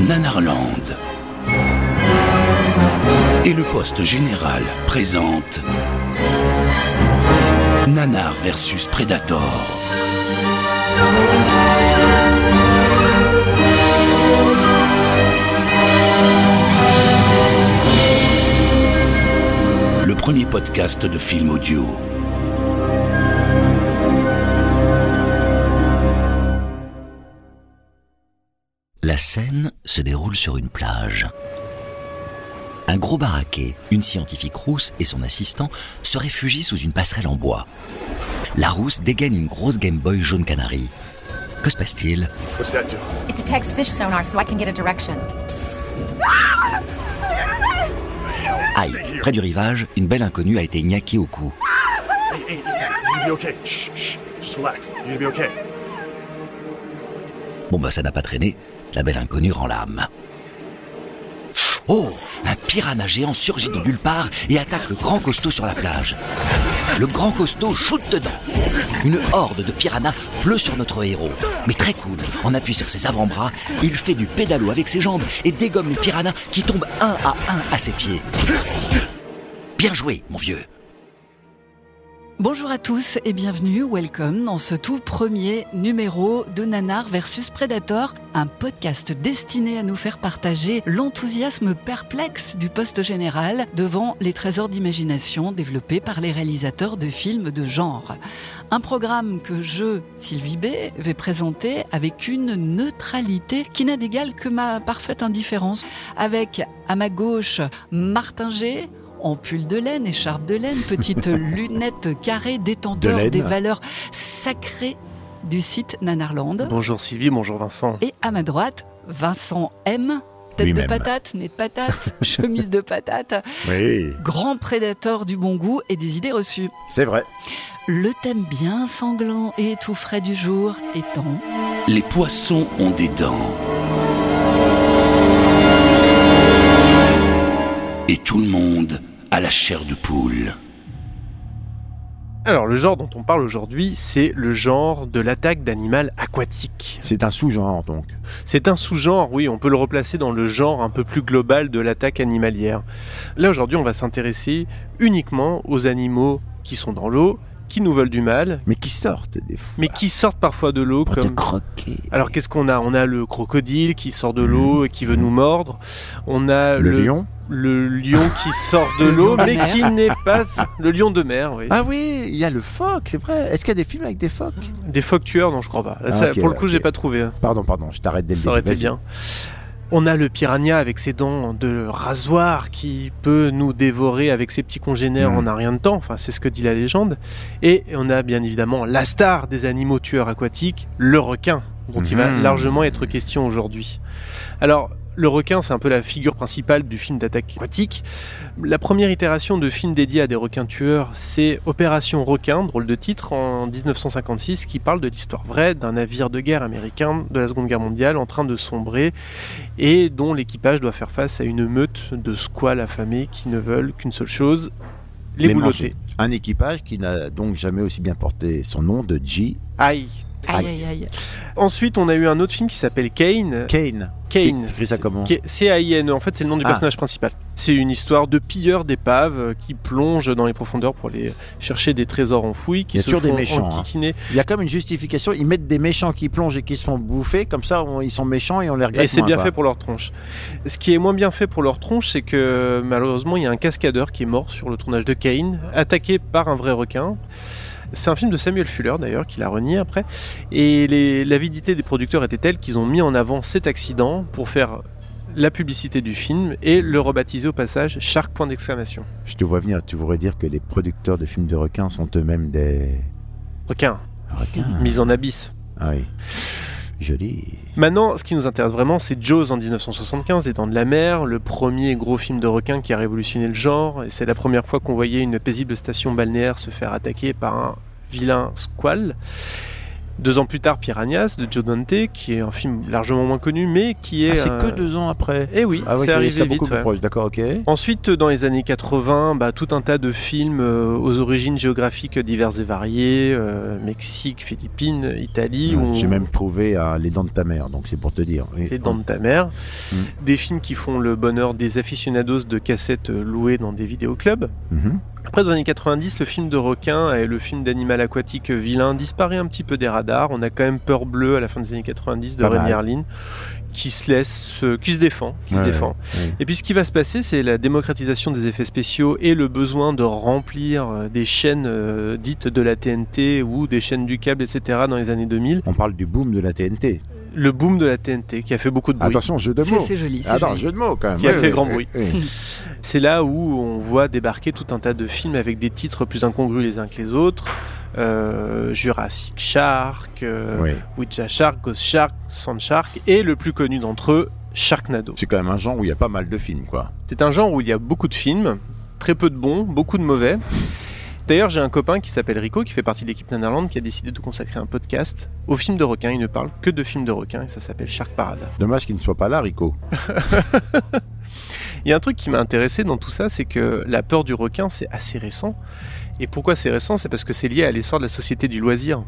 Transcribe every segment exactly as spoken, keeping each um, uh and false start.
Nanarland. Et le poste général présente Nanar versus Predator. Le premier podcast de film audio. La scène se déroule sur une plage. Un gros baraquet, une scientifique rousse et son assistant se réfugient sous une passerelle en bois. La rousse dégaine une grosse Game Boy jaune canari. Que se passe-t-il ? What's that do? It detects fish sonar so I can get a direction. Aïe, près du rivage, une belle inconnue a été niaquée au cou. Hey, hey, listen, you're gonna be okay. Shh, shh, just relax. You're gonna be okay. Bon bah ça n'a pas traîné, la belle inconnue rend l'âme. Oh, un piranha géant surgit de nulle part et attaque le grand costaud sur la plage. Le grand costaud shoot dedans. Une horde de piranhas pleut sur notre héros. Mais très cool, en appui sur ses avant-bras, il fait du pédalo avec ses jambes et dégomme les piranhas qui tombent un à un à ses pieds. Bien joué, mon vieux. Bonjour à tous et bienvenue, welcome dans ce tout premier numéro de Nanar versus Predator, un podcast destiné à nous faire partager l'enthousiasme perplexe du poste général devant les trésors d'imagination développés par les réalisateurs de films de genre. Un programme que je, Sylvie B, vais présenter avec une neutralité qui n'a d'égal que ma parfaite indifférence. Avec à ma gauche Martin G, en pull de laine, écharpe de laine, petite lunette carrée, détenteur des valeurs sacrées du site Nanarland. Bonjour Sylvie, bonjour Vincent. Et à ma droite, Vincent M, tête Lui-même. de patate, nez de patate, chemise de patate, Oui, grand prédateur du bon goût et des idées reçues. c'est vrai. Le thème bien sanglant et tout frais du jour étant... Les poissons ont des dents. Et tout le monde a la chair de poule. Alors le genre dont on parle aujourd'hui, c'est le genre de l'attaque d'animal aquatique. C'est un sous-genre donc. C'est un sous-genre, oui, on peut le replacer dans le genre un peu plus global de l'attaque animalière. Là aujourd'hui on va s'intéresser uniquement aux animaux qui sont dans l'eau, qui nous veulent du mal, Mais qui sortent des fois. mais qui sortent parfois de l'eau pour te comme... croquer. Alors qu'est-ce qu'on a ? On a le crocodile qui sort de l'eau et qui veut nous mordre. On a Le lion. le lion qui sort de l'eau, mais qui n'est pas le lion de mer. Oui. Ah oui, il y a le phoque, c'est vrai. Est-ce qu'il y a des films avec des phoques ? Des phoques tueurs, non, je crois pas. Là, Ah, ça, ok, pour le coup, ok. j'ai pas trouvé. Pardon, pardon, je t'arrête dès le Ça aurait début. été Vas-y. bien. On a le piranha avec ses dents de rasoir qui peut nous dévorer avec ses petits congénères Mmh. en un rien de temps. Enfin, c'est ce que dit la légende. Et on a bien évidemment la star des animaux tueurs aquatiques, le requin, dont il va Mmh. largement être question aujourd'hui. Alors, le requin, c'est un peu la figure principale du film d'attaque aquatique. La première itération de film dédié à des requins tueurs, c'est Opération Requin, drôle de titre, en dix-neuf cent cinquante-six, qui parle de l'histoire vraie d'un navire de guerre américain de la Seconde Guerre mondiale en train de sombrer et dont l'équipage doit faire face à une meute de squales affamés qui ne veulent qu'une seule chose, les, Les boulotter. manger. Un équipage qui n'a donc jamais aussi bien porté son nom de G. Aïe. Aïe, aïe, aïe. Ensuite, on a eu un autre film qui s'appelle Kane. Kane. Kane. T'écris ça comment ? C A I N E, en fait c'est le nom du Ah. personnage principal. C'est une histoire de pilleurs d'épaves euh, qui plongent dans les profondeurs pour aller chercher des trésors enfouis, qui Il y a se toujours des font méchants, hein. enquiquiner. Il y a comme une justification. Ils mettent des méchants qui plongent et qui se font bouffer. Comme ça, on- ils sont méchants et on les regrette Et c'est moins, bien quoi. fait pour leur tronche. Ce qui est moins bien fait pour leur tronche, c'est que malheureusement il y a un cascadeur qui est mort sur le tournage de Kane, attaqué par un vrai requin. C'est un film de Samuel Fuller d'ailleurs, qui l'a renié après. Et les- l'avidité des producteurs était telle qu'ils ont mis en avant cet accident pour faire la publicité du film et le rebaptiser au passage Shark point d'exclamation. Je te vois venir. Tu voudrais dire que les producteurs de films de requins sont eux-mêmes des Requin, requins. mise en abysse. Ah oui. Joli. Maintenant, ce qui nous intéresse vraiment, c'est Jaws en dix-neuf cent soixante-quinze, Les Dents de la Mer, le premier gros film de requin qui a révolutionné le genre, et c'est la première fois qu'on voyait une paisible station balnéaire se faire attaquer par un vilain squale. Deux ans plus tard, Piranhas de Joe Dante, qui est un film largement moins connu, mais qui est... Ah, c'est euh... que deux ans après. Eh oui, ah, ouais, c'est arrivé ça vite. beaucoup plus Ouais. proche, d'accord, ok. Ensuite, dans les années quatre-vingts, bah, tout un tas de films euh, aux origines géographiques diverses et variées, euh, Mexique, Philippines, Italie. Ouais, où on... J'ai même trouvé à Les Dents de ta mère, donc c'est pour te dire. Oui. Les Dents de ta mère. Mmh. Des films qui font le bonheur des aficionados de cassettes louées dans des vidéoclubs. Mmh. Après, dans les années quatre-vingt-dix, le film de requin et le film d'animal aquatique vilain disparaît un petit peu des radars. On a quand même Peur bleue à la fin des années quatre-vingt-dix de Pas Rémi mal. Harlin, qui se laisse, euh, qui se défend, qui Ouais, se défend. ouais, ouais. Et puis ce qui va se passer, c'est la démocratisation des effets spéciaux et le besoin de remplir euh, des chaînes euh, dites de la T N T ou des chaînes du câble, et cetera dans les années deux mille. On parle du boom de la T N T. Le boom de la T N T qui a fait beaucoup de bruit. Attention, jeu de C'est, mots. c'est joli, c'est Attends, joli. jeu de mots quand même. Qui a Oui, fait oui, grand oui, bruit. oui. C'est là où on voit débarquer tout un tas de films avec des titres plus incongrus les uns que les autres. Euh, Jurassic Shark, euh, Oui. Ouija Shark, Ghost Shark, Sand Shark et le plus connu d'entre eux, Sharknado. C'est quand même un genre où il y a pas mal de films, quoi. C'est un genre où il y a beaucoup de films, très peu de bons, beaucoup de mauvais. D'ailleurs, j'ai un copain qui s'appelle Rico, qui fait partie de l'équipe Nanarland, qui a décidé de consacrer un podcast aux films de requins. Il ne parle que de films de requins et ça s'appelle Shark Parade. Dommage qu'il ne soit pas là, Rico. Il y a un truc qui m'a intéressé dans tout ça, c'est que la peur du requin, c'est assez récent. Et pourquoi c'est récent ? C'est parce que c'est lié à l'essor de la société du loisir.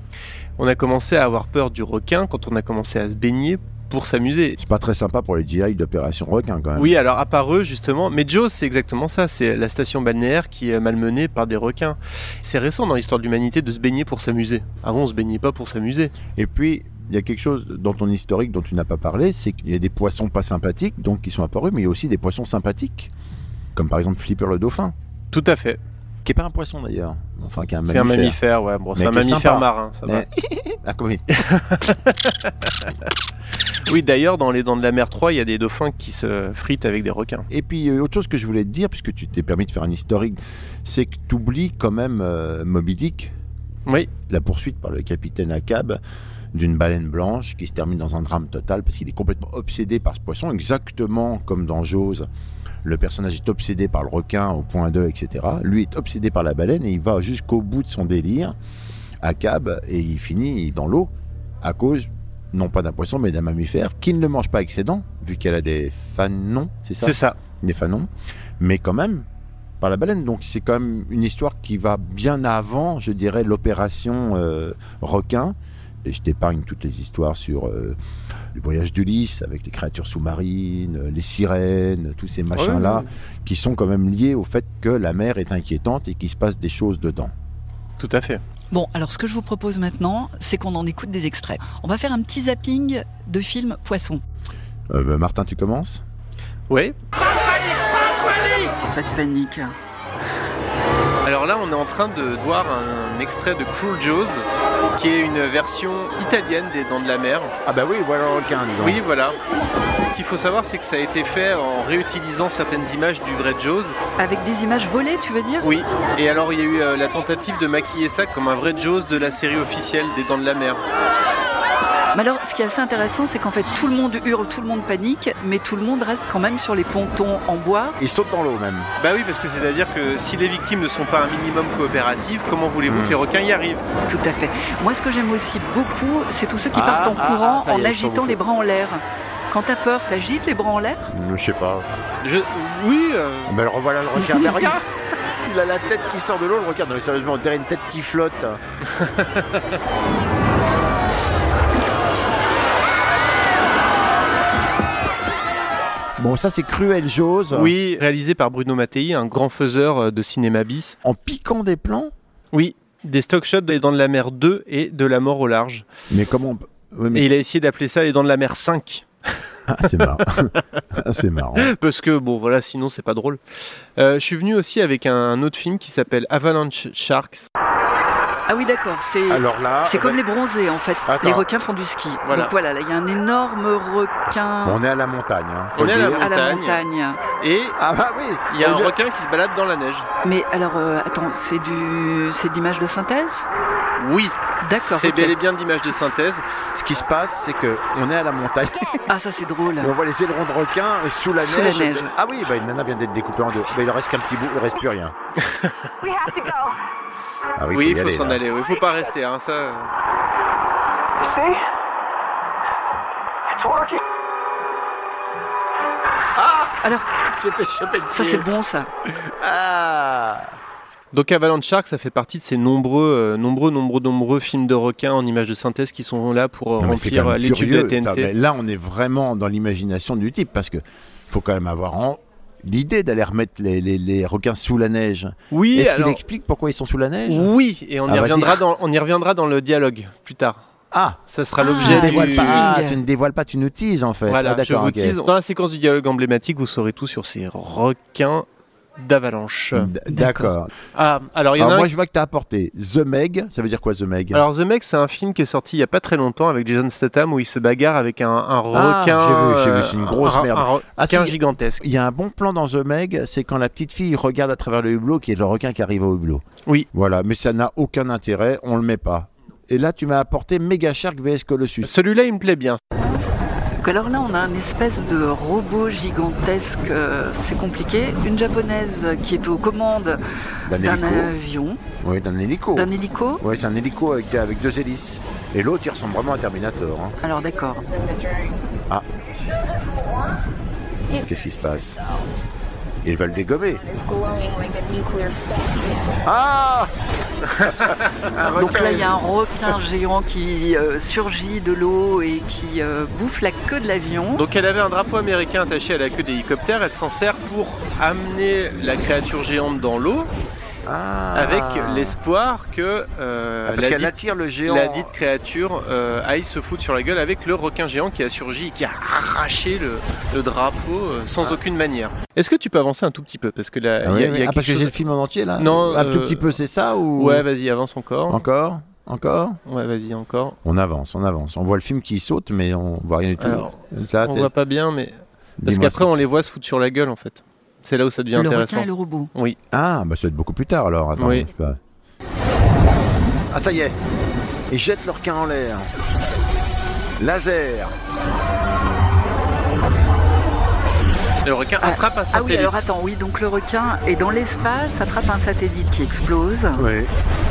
On a commencé à avoir peur du requin quand on a commencé à se baigner pour s'amuser. C'est pas très sympa pour les G I d'Opération Requin, quand même. Oui, alors à part eux, justement. Mais Jaws, c'est exactement ça. C'est la station balnéaire qui est malmenée par des requins. C'est récent dans l'histoire de l'humanité de se baigner pour s'amuser. Avant, on se baignait pas pour s'amuser. Et puis, il y a quelque chose dans ton historique dont tu n'as pas parlé, c'est qu'il y a des poissons pas sympathiques, donc qui sont apparus, mais il y a aussi des poissons sympathiques. Comme par exemple Flipper le dauphin, Tout à fait. qui est pas un poisson d'ailleurs. Enfin, qui est un C'est un mammifère. mammifère, ouais. Bon, c'est Mais un qui est mammifère sympa. marin, ça va. Mais... ah, comment il- Oui, d'ailleurs, dans Les Dents de la Mer trois, il y a des dauphins qui se fritent avec des requins. Et puis, euh, autre chose que je voulais te dire, puisque tu t'es permis de faire un historique, c'est que tu oublies quand même euh, Moby Dick, Oui, la poursuite par le capitaine Ahab d'une baleine blanche qui se termine dans un drame total parce qu'il est complètement obsédé par ce poisson, exactement comme dans Jaws. Le personnage est obsédé par le requin au point deux, et cetera. Lui est obsédé par la baleine et il va jusqu'au bout de son délire, Ahab, et il finit dans l'eau à cause, non pas d'un poisson, mais d'un mammifère qui ne le mange pas avec ses dents, vu qu'elle a des fanons, c'est ça ? c'est ça. Des fanons, mais quand même par la baleine. Donc c'est quand même une histoire qui va bien avant, je dirais, l'opération euh, requin. Et je t'épargne toutes les histoires sur euh, le voyage d'Ulysse avec les créatures sous-marines, euh, les sirènes, tous ces machins-là, Ouais, ouais. qui sont quand même liés au fait que la mer est inquiétante et qu'il se passe des choses dedans. Tout à fait. Bon, alors ce que je vous propose maintenant, c'est qu'on en écoute des extraits. On va faire un petit zapping de films poissons. Euh, bah, Martin, tu commences ? Oui. Pas de panique. Alors là, on est en train de voir un extrait de Cruel Jaws, qui est une version italienne des Dents de la Mer. Ah bah oui, voilà le requin, disons. Oui, voilà. Ce qu'il faut savoir, c'est que ça a été fait en réutilisant certaines images du vrai Jaws. Avec des images volées, tu veux dire ? Oui. Et alors, il y a eu euh, la tentative de maquiller ça comme un vrai Jaws de la série officielle des Dents de la Mer. Mais alors, ce qui est assez intéressant, c'est qu'en fait, tout le monde hurle, tout le monde panique, mais tout le monde reste quand même sur les pontons en bois. Il saute dans l'eau même. Bah oui, parce que c'est-à-dire que si les victimes ne sont pas un minimum coopératives, comment voulez-vous Mmh. que les requins y arrivent ? Tout à fait. Moi, ce que j'aime aussi beaucoup, c'est tous ceux qui Ah, partent en ah, courant ah, ça y est, en ils sont agitant bouffés. les bras en l'air. Quand t'as peur, t'agites les bras en l'air ? Je sais pas. Je... Oui, euh, Ben revoilà le requin. Mais regarde, il a la tête qui sort de l'eau, le requin. Non mais sérieusement, on dirait une tête qui flotte. Bon, ça c'est Cruel Jaws. oui, réalisé par Bruno Mattei, un grand faiseur euh, de cinéma bis. En piquant des plans. Oui, des stock shots des Dents de la Mer deux et de La Mort au large. Mais comment on peut... Oui, mais... Et il a essayé d'appeler ça les Dents de la Mer cinq. Ah, c'est marrant. Ah, c'est marrant. Parce que, bon, voilà, sinon c'est pas drôle. Euh, je suis venu aussi avec un, un autre film qui s'appelle Avalanche Sharks. Ah oui, d'accord. C'est Alors là, c'est bah, comme les bronzés, en fait. Attends. Les requins font du ski. Voilà. Donc voilà, là, il y a un énorme requin on est à la montagne. Hein, faut On le est à la dire. à la montagne. montagne. Et Ah bah oui. il y a Au un lieu- requin qui se balade dans la neige. Mais alors, euh, attends, c'est du, c'est de l'image de synthèse ? Oui, D'accord. c'est ok. bel et bien d'image de synthèse. Ce qui se passe, c'est que on est à la montagne. Ah, ça c'est drôle. Et on voit les ailerons de requin sous la Sous la neige. neige. Ah oui, bah une nana vient d'être découpée en deux. Bah, il en reste qu'un petit bout, il reste plus rien. We have to go. Ah Oui, faut y il faut aller, s'en là. aller. Il faut pas rester. Hein, ça... See? It's working. Alors, C'est fait choper le ça pied. c'est bon ça. Ah. Donc Avalanche Shark, ça fait partie de ces nombreux, euh, nombreux, nombreux, nombreux films de requins en images de synthèse qui sont là pour euh, Non, mais c'est remplir quand euh, même les tubes de la curieux. T N T. Attends, mais là, on est vraiment dans l'imagination du type parce que faut quand même avoir en... l'idée d'aller remettre les, les, les requins sous la neige. Oui, Est-ce qu'il alors- explique pourquoi ils sont sous la neige? Oui, et on Ah, y vas-y. reviendra dans, on y reviendra dans le dialogue plus tard. Ah, Ça sera Ah, l'objet tu ne du dévoiles du. pas. Ah, teasing. tu ne dévoiles pas, tu nous teases en fait. Voilà, Ah, je vous d'accord, ok. tease. Dans la séquence du dialogue emblématique, vous saurez tout sur ces requins d'Avalanche. D- D'accord. Ah, alors il y en Alors a un moi, qui- je vois que tu as apporté The Meg. Ça veut dire quoi, The Meg? Alors The Meg, c'est un film qui est sorti il y a pas très longtemps avec Jason Statham où il se bagarre avec un, un Ah, requin. j'ai vu, j'ai vu, euh, c'est une grosse un- merde. Un requin Ah, si. gigantesque. Il y a un bon plan dans The Meg, c'est quand la petite fille regarde à travers le hublot qui est le requin qui arrive au hublot. Oui. Voilà, mais ça n'a aucun intérêt, on le met pas. Et là, tu m'as apporté Mega Shark V S Colossus. Celui-là, il me plaît bien. Donc alors là, on a un espèce de robot gigantesque, euh, c'est compliqué. Une japonaise qui est aux commandes D'un d'un hélico. avion, Oui, d'un hélico. d'un hélico. Oui, c'est un hélico avec, avec deux hélices. Et l'autre, il ressemble vraiment à Terminator. hein. Alors d'accord. Qu'est-ce qui se passe? Ils veulent dégommer. Ah Donc là, il y a un requin géant qui euh, surgit de l'eau et qui euh, bouffe la queue de l'avion. Donc elle avait un drapeau américain attaché à la queue d'hélicoptère. Elle s'en sert pour amener la créature géante dans l'eau Ah. avec l'espoir que euh, Ah, parce la, qu'elle dite, attire le géant. la dite créature euh, aille se foutre sur la gueule avec le requin géant qui a surgi et qui a arraché le, le drapeau euh, sans aucune manière. Est-ce que tu peux avancer un tout petit peu parce que là, Ah, il ouais, y a, il y a ouais. Ah, quelque parce que chose- j'ai le film en entier là. Non, Un tout euh, petit peu, c'est ça ou Ouais, vas-y, avance encore. Encore Encore Ouais, vas-y, encore. On avance, on avance. On voit le film qui saute, mais on voit rien du tout. Alors, Là, On t'es- voit pas bien, mais parce dis-moi qu'après ce que on tu- les voit se foutre sur la gueule en fait. C'est là où ça devient Le intéressant. requin et le robot. Oui. Ah, bah ça va être beaucoup plus tard alors. Attends, Oui. je sais pas. Ah, ça y est. Ils jettent leur requin en l'air. Laser. Le requin Ah, attrape un Ah satellite. oui, alors attends, oui, donc le requin est dans l'espace, attrape un satellite qui explose Oui.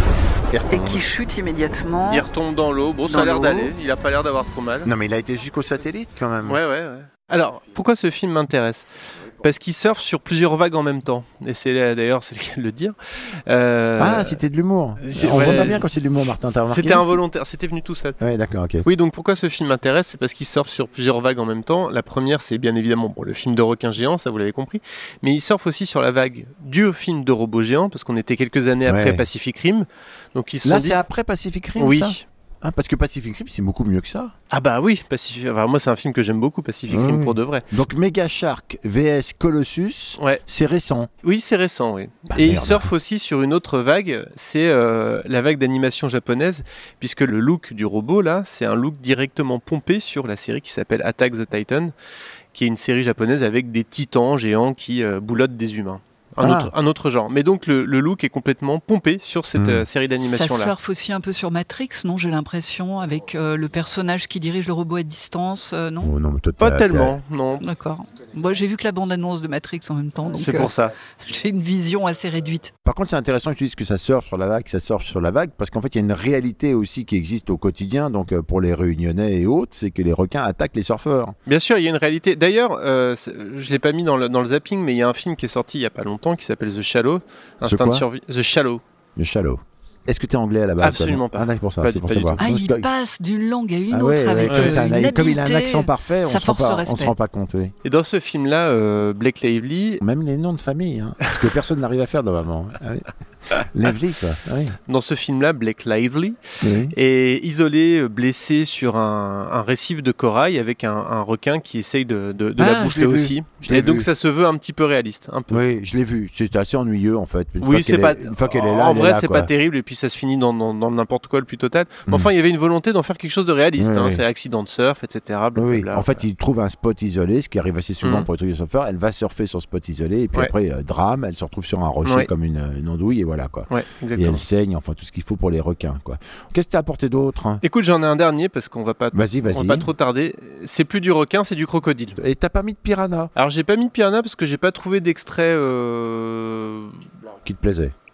et qui chute immédiatement. Il retombe dans l'eau. Bon, ça Dans a l'air l'eau. d'aller. Il a pas l'air d'avoir trop mal. Non, mais il a été jusqu'au satellite quand même. Ouais, ouais, ouais. Alors, pourquoi ce film m'intéresse? Parce qu'il surfe sur plusieurs vagues en même temps. Et c'est là, d'ailleurs, c'est le cas de le dire. Euh, Ah, c'était de l'humour. c'est- On ouais, voit pas bien quand c'est de l'humour, Martin. T'as remarqué? C'était involontaire. C'était venu tout seul. Ouais, d'accord, ok. Oui, donc pourquoi ce film m'intéresse? C'est parce qu'il surfe sur plusieurs vagues en même temps. La première, c'est bien évidemment bon, le film de requin géant, ça vous l'avez compris. Mais il surfe aussi sur la vague du film de robot géant, parce qu'on était quelques années après Ouais. Pacific Rim. Donc ils se Là, sont dit... c'est après Pacific Rim, Oui. ça Ah, parce que Pacific Rim, c'est beaucoup mieux que ça. Ah bah oui, Pacific... enfin, moi c'est un film que j'aime beaucoup, Pacific Oui, Rim, oui. pour de vrai. Donc Mega Shark V S Colossus, Ouais. c'est récent. Oui, c'est récent, oui. Bah, Et il merde. surfe aussi sur une autre vague, c'est euh, la vague d'animation japonaise, puisque le look du robot, là, c'est un look directement pompé sur la série qui s'appelle Attack the Titan, qui est une série japonaise avec des titans géants qui euh, boulottent des humains. Un, Ah. autre, un autre genre. Mais donc le, le look est complètement pompé sur cette Mm. euh, série Ça d'animation-là. surfe aussi un peu sur Matrix, non? J'ai l'impression, avec euh, le personnage qui dirige le robot à distance, euh, non? Oh, non, mais toi, Pas t'as- tellement, non. D'accord. Moi, j'ai vu que la bande-annonce de Matrix en même temps, donc C'est euh, pour ça. j'ai une vision assez réduite. Par contre, c'est intéressant que tu dises que ça surfe sur la vague, que ça surfe sur la vague, parce qu'en fait, il y a une réalité aussi qui existe au quotidien. Donc, euh, pour les Réunionnais et autres, c'est que les requins attaquent les surfeurs. Bien sûr, il y a une réalité. D'ailleurs, euh, c'est- je l'ai pas mis dans le, dans le zapping, mais il y a un film qui est sorti il y a pas longtemps qui s'appelle The Shallow, Instinct de quoi survie. The Shallow. Le shallow. Est-ce que tu es anglais à la base? Absolument toi, pas. Ah, d'accord, pour ça, Pas c'est du- pour pas du savoir. tout. Ah, Parce il que- passe d'une langue à une Ah autre ouais, avec ouais, euh, comme ça, une comme il a un habileté. accent parfait, on ça se rend force le pas, on se respect. rend pas compte, oui. Et dans ce film-là, euh, Blake Lively, Même les noms de famille, hein, ce que personne n'arrive à faire normalement. Ah oui. Lively, quoi. Ah oui. dans ce film-là, Blake Lively Oui. est isolé, euh, blessé sur un, un récif de corail avec un, un requin qui essaye de, de, de Ah, la je bouffer l'ai vu. aussi. Je l'ai Et donc vu. ça se veut un petit peu réaliste, un peu. Oui, je l'ai vu. C'est assez ennuyeux en fait. Une Oui, fois c'est qu'elle pas. est- Une fois qu'elle est là, en elle est vrai, là, c'est quoi. pas terrible et puis ça se finit dans, dans, dans n'importe quoi le plus total. Mais Mm. enfin, il y avait une volonté d'en faire quelque chose de réaliste. Oui, hein. oui. C'est accident de surf, et cetera. Oui, oui. blablabla. En fait, il trouve un spot isolé, ce qui arrive assez souvent Mm. pour les trucs de surfeurs. Elle va surfer sur ce spot isolé, et puis Ouais. après, euh, drame, elle se retrouve sur un rocher Ouais. comme une, une andouille, et voilà quoi. Ouais, Et exactement. elle saigne, enfin tout ce qu'il faut pour les requins, quoi. Qu'est-ce que tu as apporté d'autre, hein? Écoute, j'en ai un dernier parce qu'on va pas, Vas-y, on va vas-y. pas trop tarder. C'est plus du requin, c'est du crocodile. Et t'as pas mis de piranha Alors j'ai pas mis de piranha parce que j'ai pas trouvé d'extrait euh, qui te plaisait?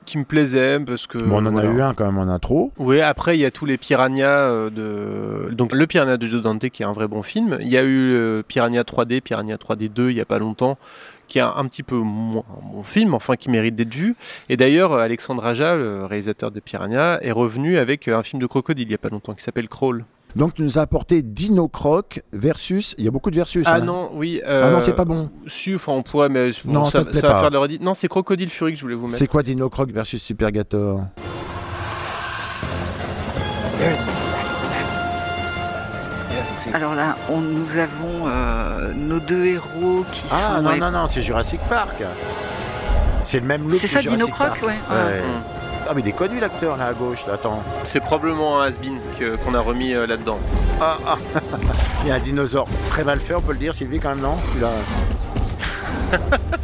qui me plaisait parce que. Bon, on en voilà. a eu un quand même en intro. Oui, après il y a tous les Piranha euh, de. Donc le Piranha de Joe Dante qui est un vrai bon film. Il y a eu euh, Piranha trois D, Piranha trois D deux il y a pas longtemps, qui est un, un petit peu moins un bon film, enfin qui mérite d'être vu. Et d'ailleurs, Alexandre Aja, le réalisateur de Piranha, est revenu avec un film de crocodile il y a pas longtemps qui s'appelle Crawl. Donc tu nous as apporté Dino Croc versus. Il y a beaucoup de versus. Ah hein. non, oui. Euh... Ah non, c'est pas bon. Si, enfin on pourrait, mais bon, Non, ça ça, te plaît ça va pas. faire de la redite. Non, c'est Crocodile Fury que je voulais vous mettre. C'est quoi Dino Croc versus Supergator? Alors là, on, nous avons euh, nos deux héros qui Ah sont... non, ouais, non, non, c'est Jurassic Park. C'est le même look C'est que ça, Jurassic Dino Croc, Park. ouais. Ouais. Mm. Ah mais il est connu l'acteur là à gauche, là, attends. C'est probablement un has-been que- qu'on a remis euh, là-dedans. Ah, ah. Il y a un dinosaure très mal fait, on peut le dire, Sylvie, quand même, non? Tu l'as-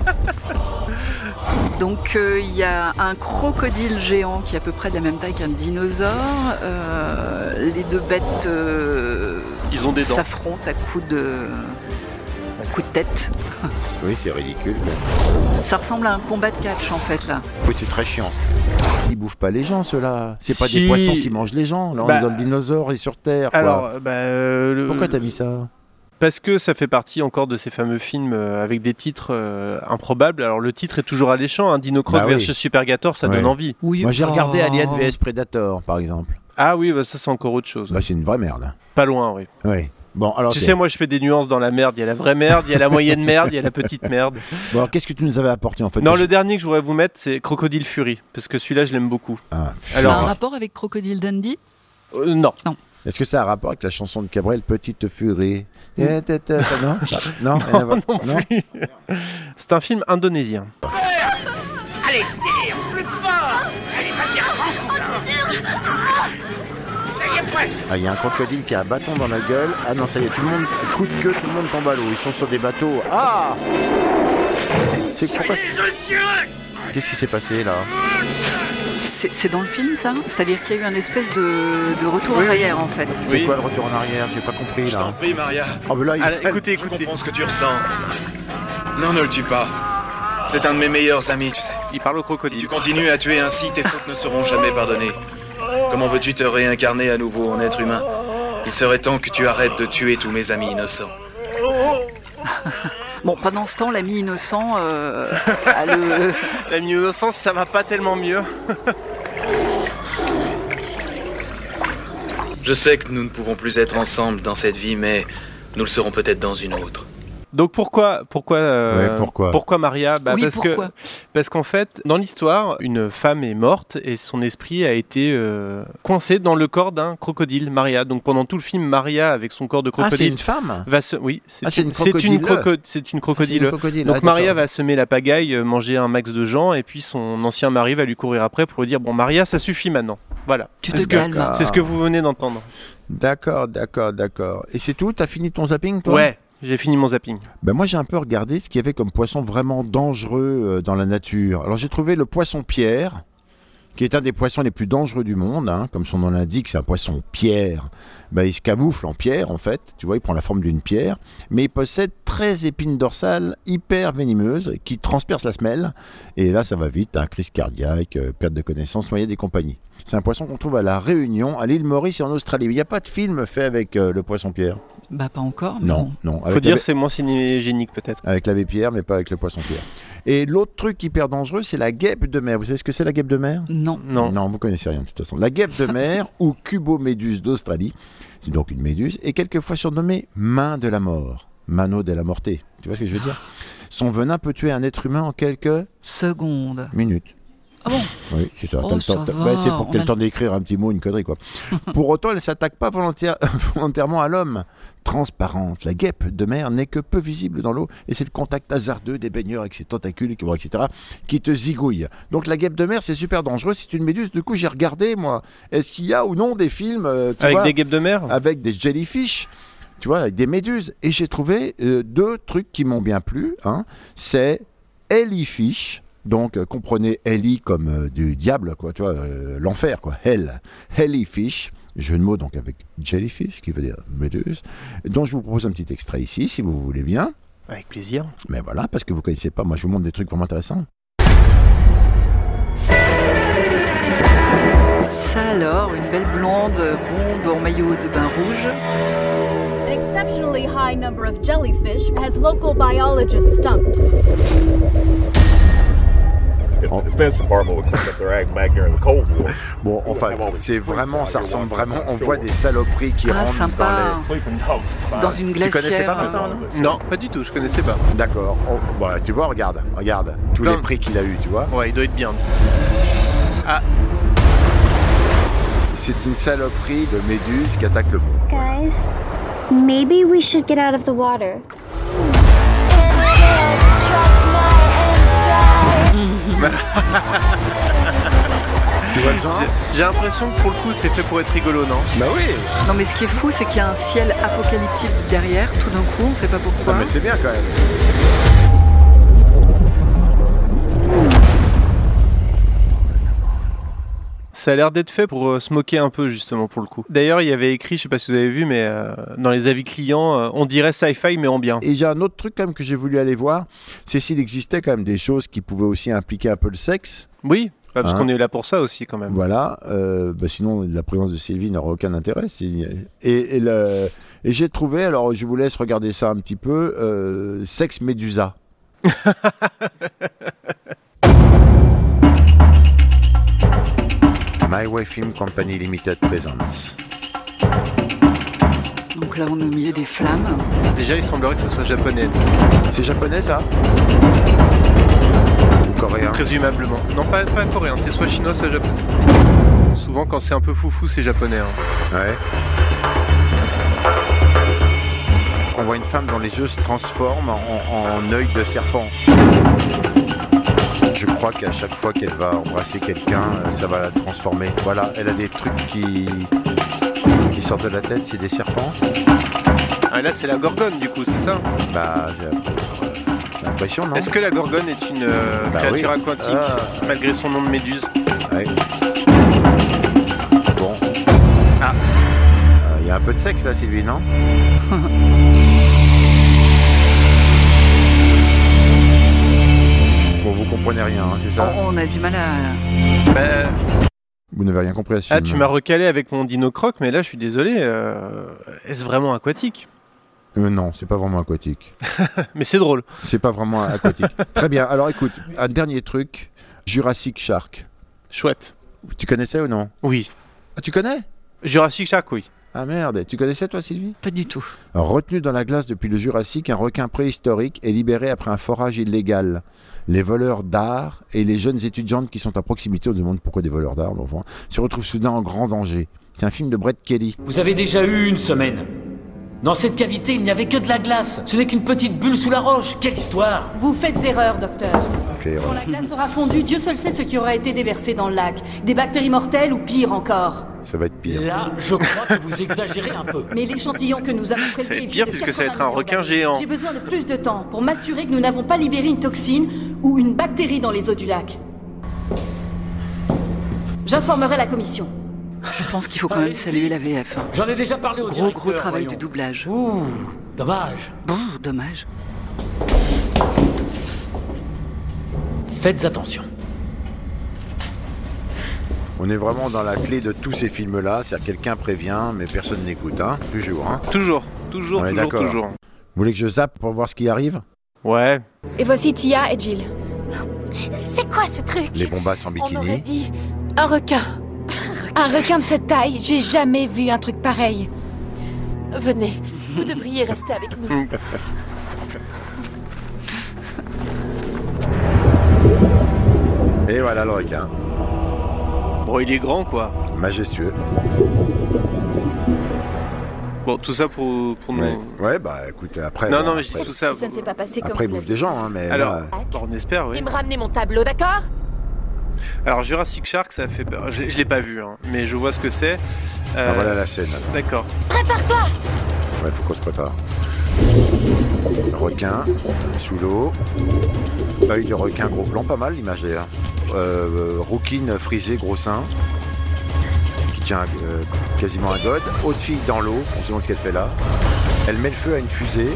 Donc euh, il y a un crocodile géant qui est à peu près de la même taille qu'un dinosaure. Euh, les deux bêtes euh, Ils ont des dents. s'affrontent à coups de, coups de tête. Oui, c'est ridicule. mais- Ça ressemble à un combat de catch en fait là. Oui, c'est très chiant. Ils bouffent pas les gens, ceux-là. C'est pas Si. des poissons qui mangent les gens. Là, on Bah, est dans le dinosaure et sur Terre. quoi. Alors, bah, euh, le- Pourquoi t'as mis ça? Parce que ça fait partie encore de ces fameux films euh, avec des titres euh, improbables. Alors le titre est toujours alléchant, hein, Dino Croc Bah oui. versus Supergator, ça Ouais. donne envie. Oui, Moi, j'ai enfin, regardé Alien vs Predator, par exemple. Ah oui, bah, ça c'est encore autre chose. Bah, c'est une vraie merde. Pas loin, oui. Oui. Bon, alors, Tu ok. sais, moi je fais des nuances dans la merde. Il y a la vraie merde, il y a la moyenne merde, il y a la petite merde. Bon, alors, qu'est-ce que tu nous avais apporté en fait? Non, Parce- le dernier que je voudrais vous mettre, c'est Crocodile Fury. Parce que celui-là, je l'aime beaucoup. Ah, Ça Alors- a un rapport avec Crocodile Dundee? Euh, non. Est-ce que ça a un rapport avec la chanson de Cabrel, Petite Furie? Eh, ta, ta, ta, Non, non, rien à voir. Non. C'est un film indonésien. Allez, tire plus fort. Allez, vas-y, un grand coup, là. Ça y est, presque. Ah, il y a un crocodile qui a un bâton dans la gueule. Ah non, ça y est, tout le monde, coup de queue, tout le monde tombe à l'eau. Ils sont sur des bateaux. Ah! C'est pourquoi? Je le tuerai. Qu'est-ce qui s'est passé là? C'est c'est dans le film ça? C'est-à-dire qu'il y a eu un espèce de, de retour en arrière en fait. C'est Oui. quoi le retour en arrière? J'ai pas compris Je t'en là. prie, Maria. Ah, ben là, il... Allez, écoutez, Je écoutez. comprends ce que tu ressens. Non, ne le tue pas. C'est un de mes meilleurs amis, tu sais. Il parle au Si crocodile. tu continues à tuer ainsi, tes fautes ne seront jamais pardonnées. Comment veux-tu te réincarner à nouveau en être humain? Il serait temps que tu arrêtes de tuer tous mes amis innocents. Bon, pendant ce temps, l'ami innocent euh, a le... La innocence, ça va pas tellement mieux. Je sais que nous ne pouvons plus être ensemble dans cette vie, mais nous le serons peut-être dans une autre. Donc pourquoi, pourquoi, euh, Ouais, pourquoi pourquoi Maria? Bah Oui, parce pourquoi que parce qu'en fait, dans l'histoire, une femme est morte et son esprit a été euh, coincé dans le corps d'un crocodile, Maria. Donc pendant tout le film, Maria avec son corps de Ah, c'est crocodile une femme? va se, oui, c'est Ah, c'est une, une c'est une, crocodile. croco- c'est une C'est crocodile. une crocodile. Donc Ah, Maria d'accord. va semer la pagaille, euh, manger un max de gens, et puis son ancien mari va lui courir après pour lui dire bon Maria, ça suffit maintenant. Voilà. Tu te Est-ce que- calmes. Ah. C'est ce que vous venez d'entendre. D'accord, d'accord, d'accord. Et c'est tout? T'as fini ton zapping, toi? Ouais, j'ai fini mon zapping. Ben moi j'ai un peu regardé ce qu'il y avait comme poisson vraiment dangereux euh, dans la nature. Alors j'ai trouvé le poisson pierre, qui est un des poissons les plus dangereux du monde, hein. Comme son nom l'indique, c'est un poisson pierre. Ben, il se camoufle en pierre en fait, tu vois, il prend la forme d'une pierre, mais il possède treize épines dorsales hyper venimeuses qui transpercent la semelle, et là ça va vite, hein, crise cardiaque, euh, perte de connaissance, noyade et compagnie. C'est un poisson qu'on trouve à la Réunion, à l'île Maurice et en Australie. Il n'y a pas de film fait avec euh, le poisson pierre. Bah pas encore, mais Non, bon. non. Faut Avec dire la- c'est moins cinégénique peut-être. avec l'abbé Pierre, mais pas avec le poisson pierre. Et l'autre truc hyper dangereux, c'est la guêpe de mer. Vous savez ce que c'est la guêpe de mer? Non. Non. Non, vous connaissez rien de toute façon. La guêpe de mer ou cuboméduse d'Australie, c'est donc une méduse, est quelquefois surnommée main de la mort, mano della morte. Tu vois ce que je veux dire? Son venin peut tuer un être humain en quelques Seconde. minutes. Ah bon? Oui, c'est ça. Oh, T'as le ça temps- t'as- va, ouais, c'est pour que tu aies on le a- temps d'écrire un petit mot, une connerie, quoi. Pour autant, elle ne s'attaque pas volontaire- volontairement à l'homme. Transparente, la guêpe de mer n'est que peu visible dans l'eau et c'est le contact hasardeux des baigneurs avec ses tentacules, et cetera, qui te zigouille. Donc la guêpe de mer, c'est super dangereux. C'est une méduse. Du coup, j'ai regardé, moi, est-ce qu'il y a ou non des films euh, tu Avec vois, des guêpes de mer? avec des jellyfish, tu vois, avec des méduses. Et j'ai trouvé euh, deux trucs qui m'ont bien plu. Hein. C'est Hellyfish. Donc, euh, comprenez Ellie comme euh, du diable, quoi, tu vois, euh, l'enfer, quoi. Hell. Hellyfish. Jeu de mots donc avec jellyfish, qui veut dire méduse. Donc, je vous propose un petit extrait ici, si vous voulez bien. Avec plaisir. Mais voilà, parce que vous connaissez pas. Moi, je vous montre des trucs vraiment intéressants. belle blonde, bombe en maillot de bain rouge. An exceptionally high number of jellyfish has local biologists stumped. Bon, enfin, c'est vraiment, ça ressemble vraiment, on voit des saloperies qui Ah, rentrent sympa. dans les... Dans une glacière. Tu connaissais pas maintenant, non? Non, pas du tout, je connaissais pas. D'accord. Oh, bon, tu vois, regarde, regarde, tous Plein les de- prix qu'il a eu, tu vois. Ouais, il doit être bien. Ah, C'est une saloperie de méduse qui attaque le monde. Guys, maybe we should get out of the water. Tu vois le genre? j'ai- j'ai l'impression que pour le coup, c'est fait pour être rigolo, non? Bah oui. Non mais ce qui est fou, c'est qu'il y a un ciel apocalyptique derrière, tout d'un coup, on ne sait pas pourquoi. Ah, mais c'est bien quand même. Ça a l'air d'être fait pour euh, se moquer un peu, justement, pour le coup. D'ailleurs, il y avait écrit, je sais pas si vous avez vu, mais euh, dans les avis clients, euh, on dirait sci-fi, mais en bien. Et j'ai un autre truc quand même que j'ai voulu aller voir, c'est s'il existait quand même des choses qui pouvaient aussi impliquer un peu le sexe. Oui, bah, parce Hein qu'on est là pour ça aussi, quand même. Voilà, euh, bah sinon la présence de Sylvie n'aurait aucun intérêt. Si- Et, et, le- et j'ai trouvé, alors je vous laisse regarder ça un petit peu, euh, Sex Médusa. My Way Film Company Limited Presents. Donc là, on est au milieu des flammes. Déjà, il semblerait que ce soit japonais, C'est japonais ça? Ou coréen? présumablement. Non, pas, pas coréen, c'est soit chinois, soit japonais. Souvent, quand c'est un peu foufou, c'est japonais. Hein. Ouais. On voit une femme dont les yeux se transforment en, en œil de serpent. Je crois qu'à chaque fois qu'elle va embrasser quelqu'un, euh, ça va la transformer. Voilà, elle a des trucs qui, qui sortent de la tête, c'est des serpents. Ah, là, c'est la gorgone, du coup, c'est ça? Bah, j'ai j'ai l'impression, non? Est-ce que la gorgone est une euh, Bah créature oui. aquatique, Ah. malgré son nom de méduse? Ouais. Bon. Ah. Il y a un peu de sexe là, Sylvie, non? Bon, vous comprenez rien, hein, c'est ça? On, on a du mal à... Bah, Vous n'avez rien compris à ce ah, film. tu m'as recalé avec mon dino croc, mais là, je suis désolé. euh, Est-ce vraiment aquatique? Euh, non, c'est pas vraiment aquatique. Mais c'est drôle. C'est pas vraiment aquatique. Très bien. Alors écoute, un dernier truc. Jurassic Shark. Chouette. Tu connaissais ou non? Oui. Ah, tu connais? Jurassic Shark, oui. Ah merde, tu connaissais toi, Sylvie? Pas du tout. Alors, retenu dans la glace depuis le Jurassique, un requin préhistorique est libéré après un forage illégal. Les voleurs d'art et les jeunes étudiantes qui sont à proximité, on se demande pourquoi des voleurs d'art, bon, enfin, se retrouvent soudain en grand danger. C'est un film de Brett Kelly. Vous avez déjà eu une semaine. Dans cette cavité, il n'y avait que de la glace. Ce n'est qu'une petite bulle sous la roche. Quelle histoire! Vous faites erreur, docteur. Okay, Quand voilà. la glace aura fondu, Dieu seul sait ce qui aura été déversé dans le lac. Des bactéries mortelles ou pire encore. Ça va être pire. Là, je crois que vous exagérez un peu. Mais l'échantillon que nous avons Ça va prélevé être est pire vieux de puisque ça va être un quatre-vingts requin millions d'années. géant. J'ai besoin de plus de temps pour m'assurer que nous n'avons pas libéré une toxine ou une bactérie dans les eaux du lac. J'informerai la commission. Je pense qu'il faut quand même saluer la V F. hein. J'en ai déjà parlé au Gros, directeur. gros travail voyons. de doublage. Ouh, dommage. Bon, dommage. Faites attention. On est vraiment dans la clé de tous ces films-là. C'est-à-dire quelqu'un prévient, mais personne n'écoute. Hein. Toujours. Hein. Toujours, toujours, On est toujours, d'accord. toujours. Vous voulez que je zappe pour voir ce qui arrive? Ouais. Et voici Tia et Jill. C'est quoi ce truc? Les bombasses en On aurait bikini. dit un requin. Un requin de cette taille, j'ai jamais vu un truc pareil. Venez, vous devriez rester avec nous. Et voilà le requin. Bon, il est grand, quoi. Majestueux. Bon, tout ça pour, pour nous... Ouais. ouais, bah écoute, après... Non, bon, non, mais je après- dis tout ça. Ça ne s'est pas passé comme Après, vous il bouffe l'aviez des gens, hein, mais Alors, là, bon, on espère, oui. Et me ramener mon tableau, d'accord? Alors, Jurassic Shark, ça fait peur. Je, je l'ai pas vu, hein, mais je vois ce que c'est. Euh, ah, voilà la scène. alors. D'accord. Prépare-toi! Ouais, faut qu'on se prépare. Requin, sous l'eau. Œil de requin, gros plan, pas mal l'image d'ailleurs. Euh, euh, rouquine frisée, gros sein. Qui tient euh, quasiment un god. Haute fille dans l'eau, on se demande ce qu'elle fait là. Elle met le feu à une fusée.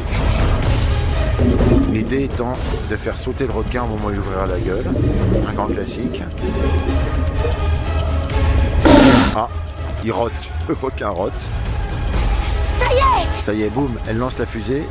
L'idée étant de faire sauter le requin au moment où il ouvrira la gueule. Un grand classique. Ah, il rote. Le requin rote. Ça y est! Ça y est, boum, elle lance la fusée.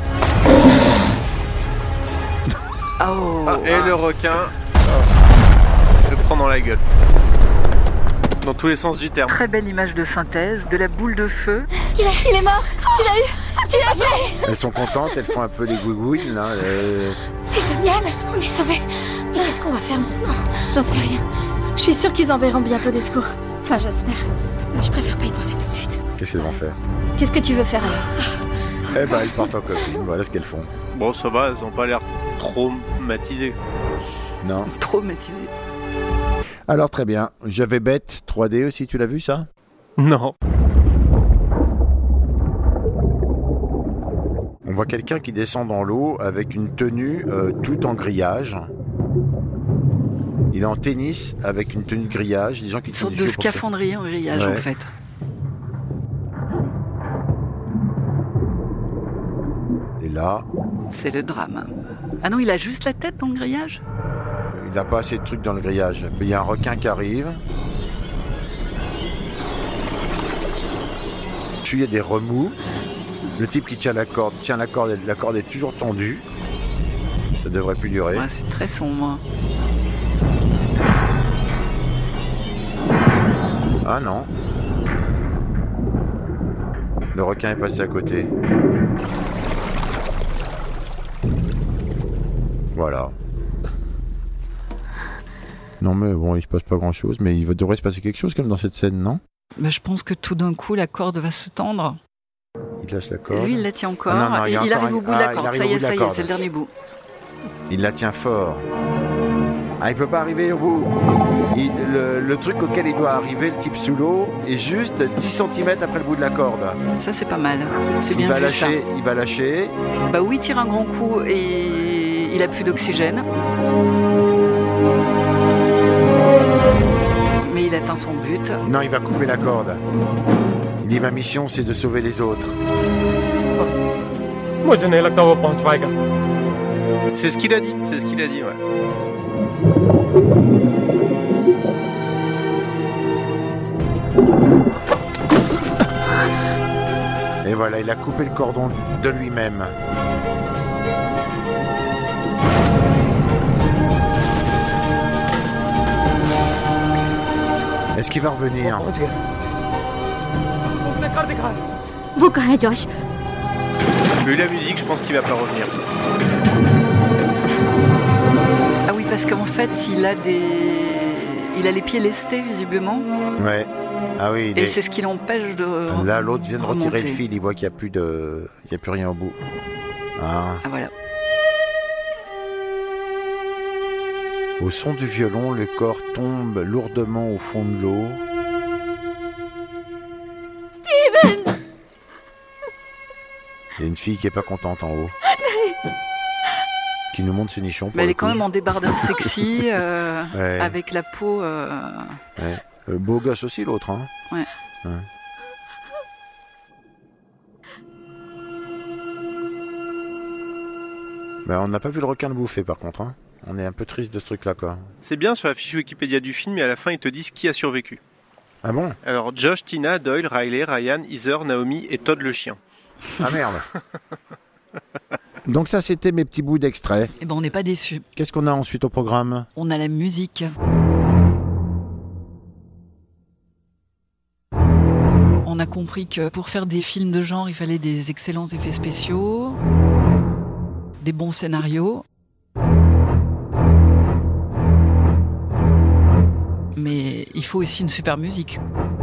Oh. Et le requin le prend dans la gueule. Dans tous les sens du terme. Très belle image de synthèse, de la boule de feu. Est-ce qu'il est... Il est mort! Tu l'as eu! Tu l'as fait! Elles sont contentes, elles font un peu les gougouines. Là, euh... C'est génial! On est sauvés! Mais qu'est-ce qu'on va faire maintenant? J'en sais rien. Je suis sûre qu'ils enverront bientôt des secours. Enfin, j'espère. Mais je préfère pas y penser tout de suite. Qu'est-ce qu'elles vont faire? Qu'est-ce que tu veux faire alors? Eh ben, ils partent en copine. Voilà ce qu'elles font. Bon, ça va, elles ont pas l'air traumatisées. Non. Traumatisées. Alors, très bien. J'avais bête trois D aussi, tu l'as vu ça? Non. On voit quelqu'un qui descend dans l'eau avec une tenue euh, tout en grillage. Il est en tennis avec une tenue de grillage. Des gens qui une sorte de scaphandrier en grillage ouais. en fait. Et là... C'est le drame. Ah non, il a juste la tête dans le grillage? Il n'a pas assez de trucs dans le grillage. Il y a un requin qui arrive. Dessus, il y a des remous. Le type qui tient la corde, tient la corde, la corde est toujours tendue. Ça devrait plus durer. Ouais, c'est très sombre. Ah non. Le requin est passé à côté. Voilà. Non mais bon, il se passe pas grand chose, mais il devrait se passer quelque chose comme dans cette scène, non? Mais je pense que tout d'un coup la corde va se tendre. Il lâche la corde. Lui il la tient encore, ah, non, non, et il, il arrive un... au bout de la ah, corde, ça y est, ça y est, c'est le dernier bout. Il la tient fort. Ah, il peut pas arriver au bout. Il, le, le truc auquel il doit arriver, le type sous l'eau, est juste dix centimètres après le bout de la corde. Ça c'est pas mal, c'est bien il va vu, lâcher, ça. Il va lâcher. Bah oui, il tire un grand coup et il a plus d'oxygène. Mais il atteint son but. Non, il va couper la corde. Il dit ma mission c'est de sauver les autres. C'est ce qu'il a dit, c'est ce qu'il a dit, ouais. Et voilà, il a coupé le cordon de lui-même. Est-ce qu'il va revenir? Vous quand est Josh? Vu la musique, je pense qu'il va pas revenir. Ah oui, parce qu'en fait, il a des... Il a les pieds lestés, visiblement. Ouais. Ah oui, et est... c'est ce qui l'empêche de... Là, l'autre vient de remonter. retirer le fil, il voit qu'il n'y a plus de... Il n'y a plus rien au bout. Ah. Ah voilà. Au son du violon, le corps tombe lourdement au fond de l'eau. Steven! Il y a une fille qui est pas contente en haut. Qui nous montre ses nichons. Mais elle est coup. quand même en débardeur sexy, euh, ouais. avec la peau... Euh... Ouais. Euh, beau gosse aussi l'autre, hein. Ouais. Ouais. Ben, on n'a pas vu le requin le bouffer par contre, hein. On est un peu triste de ce truc-là, quoi. C'est bien, sur la fiche Wikipédia du film, et à la fin, ils te disent qui a survécu. Ah bon? Alors, Josh, Tina, Doyle, Riley, Ryan, Heather, Naomi et Todd le chien. Ah merde. Donc ça, c'était mes petits bouts d'extrait. Eh ben, on n'est pas déçus. Qu'est-ce qu'on a ensuite au programme? On a la musique. On a compris que pour faire des films de genre, il fallait des excellents effets spéciaux, des bons scénarios. Mais il faut aussi une super musique.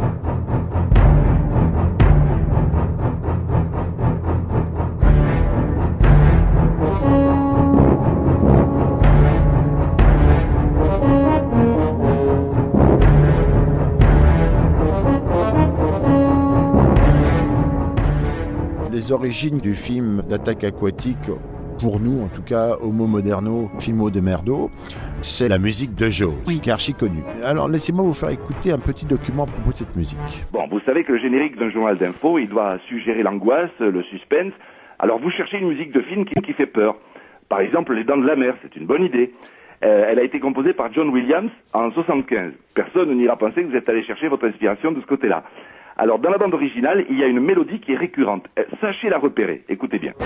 Les origines du film d'attaque aquatique, pour nous en tout cas, Homo Moderno, Filmo de Merdo, c'est la musique de Jaws, oui. Qui est archi connue. Alors laissez-moi vous faire écouter un petit document à propos de cette musique. Bon, vous savez que le générique d'un journal d'info, il doit suggérer l'angoisse, le suspense. Alors vous cherchez une musique de film qui, qui fait peur. Par exemple, Les Dents de la Mer, c'est une bonne idée. Euh, elle a été composée par John Williams en soixante-quinze. Personne n'ira penser que vous êtes allé chercher votre inspiration de ce côté-là. Alors, dans la bande originale, il y a une mélodie qui est récurrente. Sachez la repérer. Écoutez bien.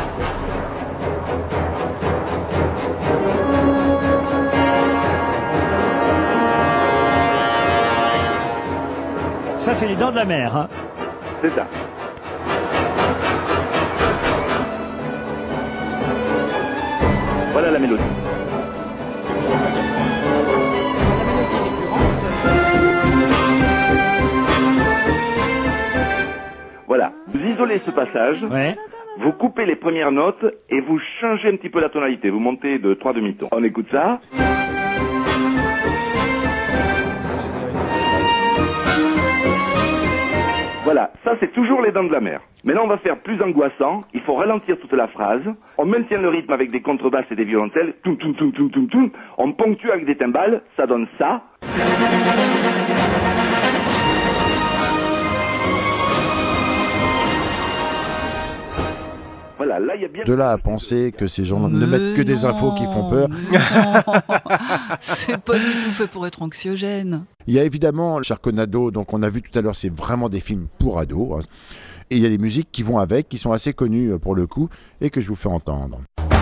Ça, c'est les Dents de la Mer, hein. C'est ça. Voilà la mélodie. Voilà, vous isolez ce passage, ouais. Vous coupez les premières notes et vous changez un petit peu la tonalité. Vous montez de trois demi-tons. On écoute ça. Voilà, ça c'est toujours les Dents de la Mer. Maintenant on va faire plus angoissant, il faut ralentir toute la phrase, on maintient le rythme avec des contrebasses et des violoncelles, toum toum toum toum toum toum, on ponctue avec des timbales, ça donne ça. Voilà, là il y a bien... De là à penser que ces gens ne mettent que des infos qui font peur. C'est pas du tout fait pour être anxiogène. Il y a évidemment Sharknado, donc on a vu tout à l'heure, c'est vraiment des films pour ados. Hein. Et il y a des musiques qui vont avec, qui sont assez connues pour le coup, et que je vous fais entendre.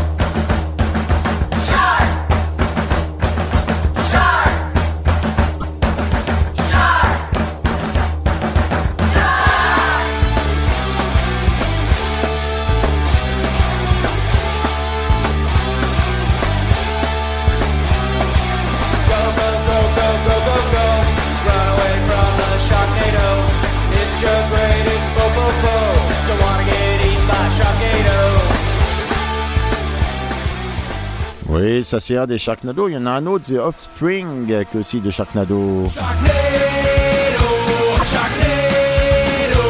Oui, ça c'est un des Sharknado. Il y en a un autre, c'est Offspring, qui est aussi de Sharknado. Sharknado, Sharknado,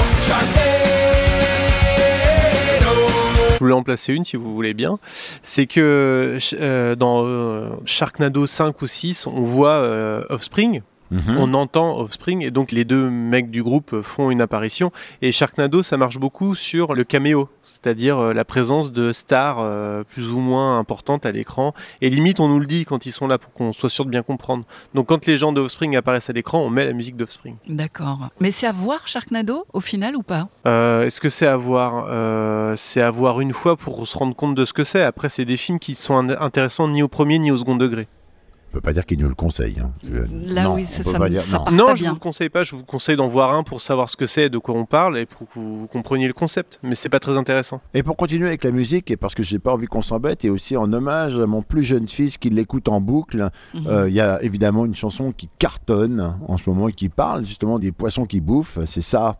Sharknado. Je voulais en placer une si vous voulez bien. C'est que euh, dans euh, Sharknado cinq ou six, on voit euh, Offspring. Mm-hmm. On entend Offspring et donc les deux mecs du groupe font une apparition. Et Sharknado, ça marche beaucoup sur le caméo, c'est-à-dire euh, la présence de stars euh, plus ou moins importantes à l'écran. Et limite, on nous le dit quand ils sont là pour qu'on soit sûr de bien comprendre. Donc quand les gens d'Offspring apparaissent à l'écran, on met la musique d'Offspring. D'accord. Mais c'est à voir Sharknado au final ou pas ? euh, Est-ce que c'est à voir euh, C'est à voir une fois pour se rendre compte de ce que c'est. Après, c'est des films qui sont intéressants ni au premier ni au second degré. On peut pas dire qu'il nous le conseille. Hein. Là, non, oui, ça, ça, ça, dire, ça non. part non, pas je bien. vous le conseille pas. Je vous conseille d'en voir un pour savoir ce que c'est, de quoi on parle et pour que vous, vous compreniez le concept. Mais c'est pas très intéressant. Et pour continuer avec la musique, et parce que j'ai pas envie qu'on s'embête, et aussi en hommage à mon plus jeune fils qui l'écoute en boucle, il mm-hmm. euh, y a évidemment une chanson qui cartonne en ce moment et qui parle justement des poissons qui bouffent. C'est ça.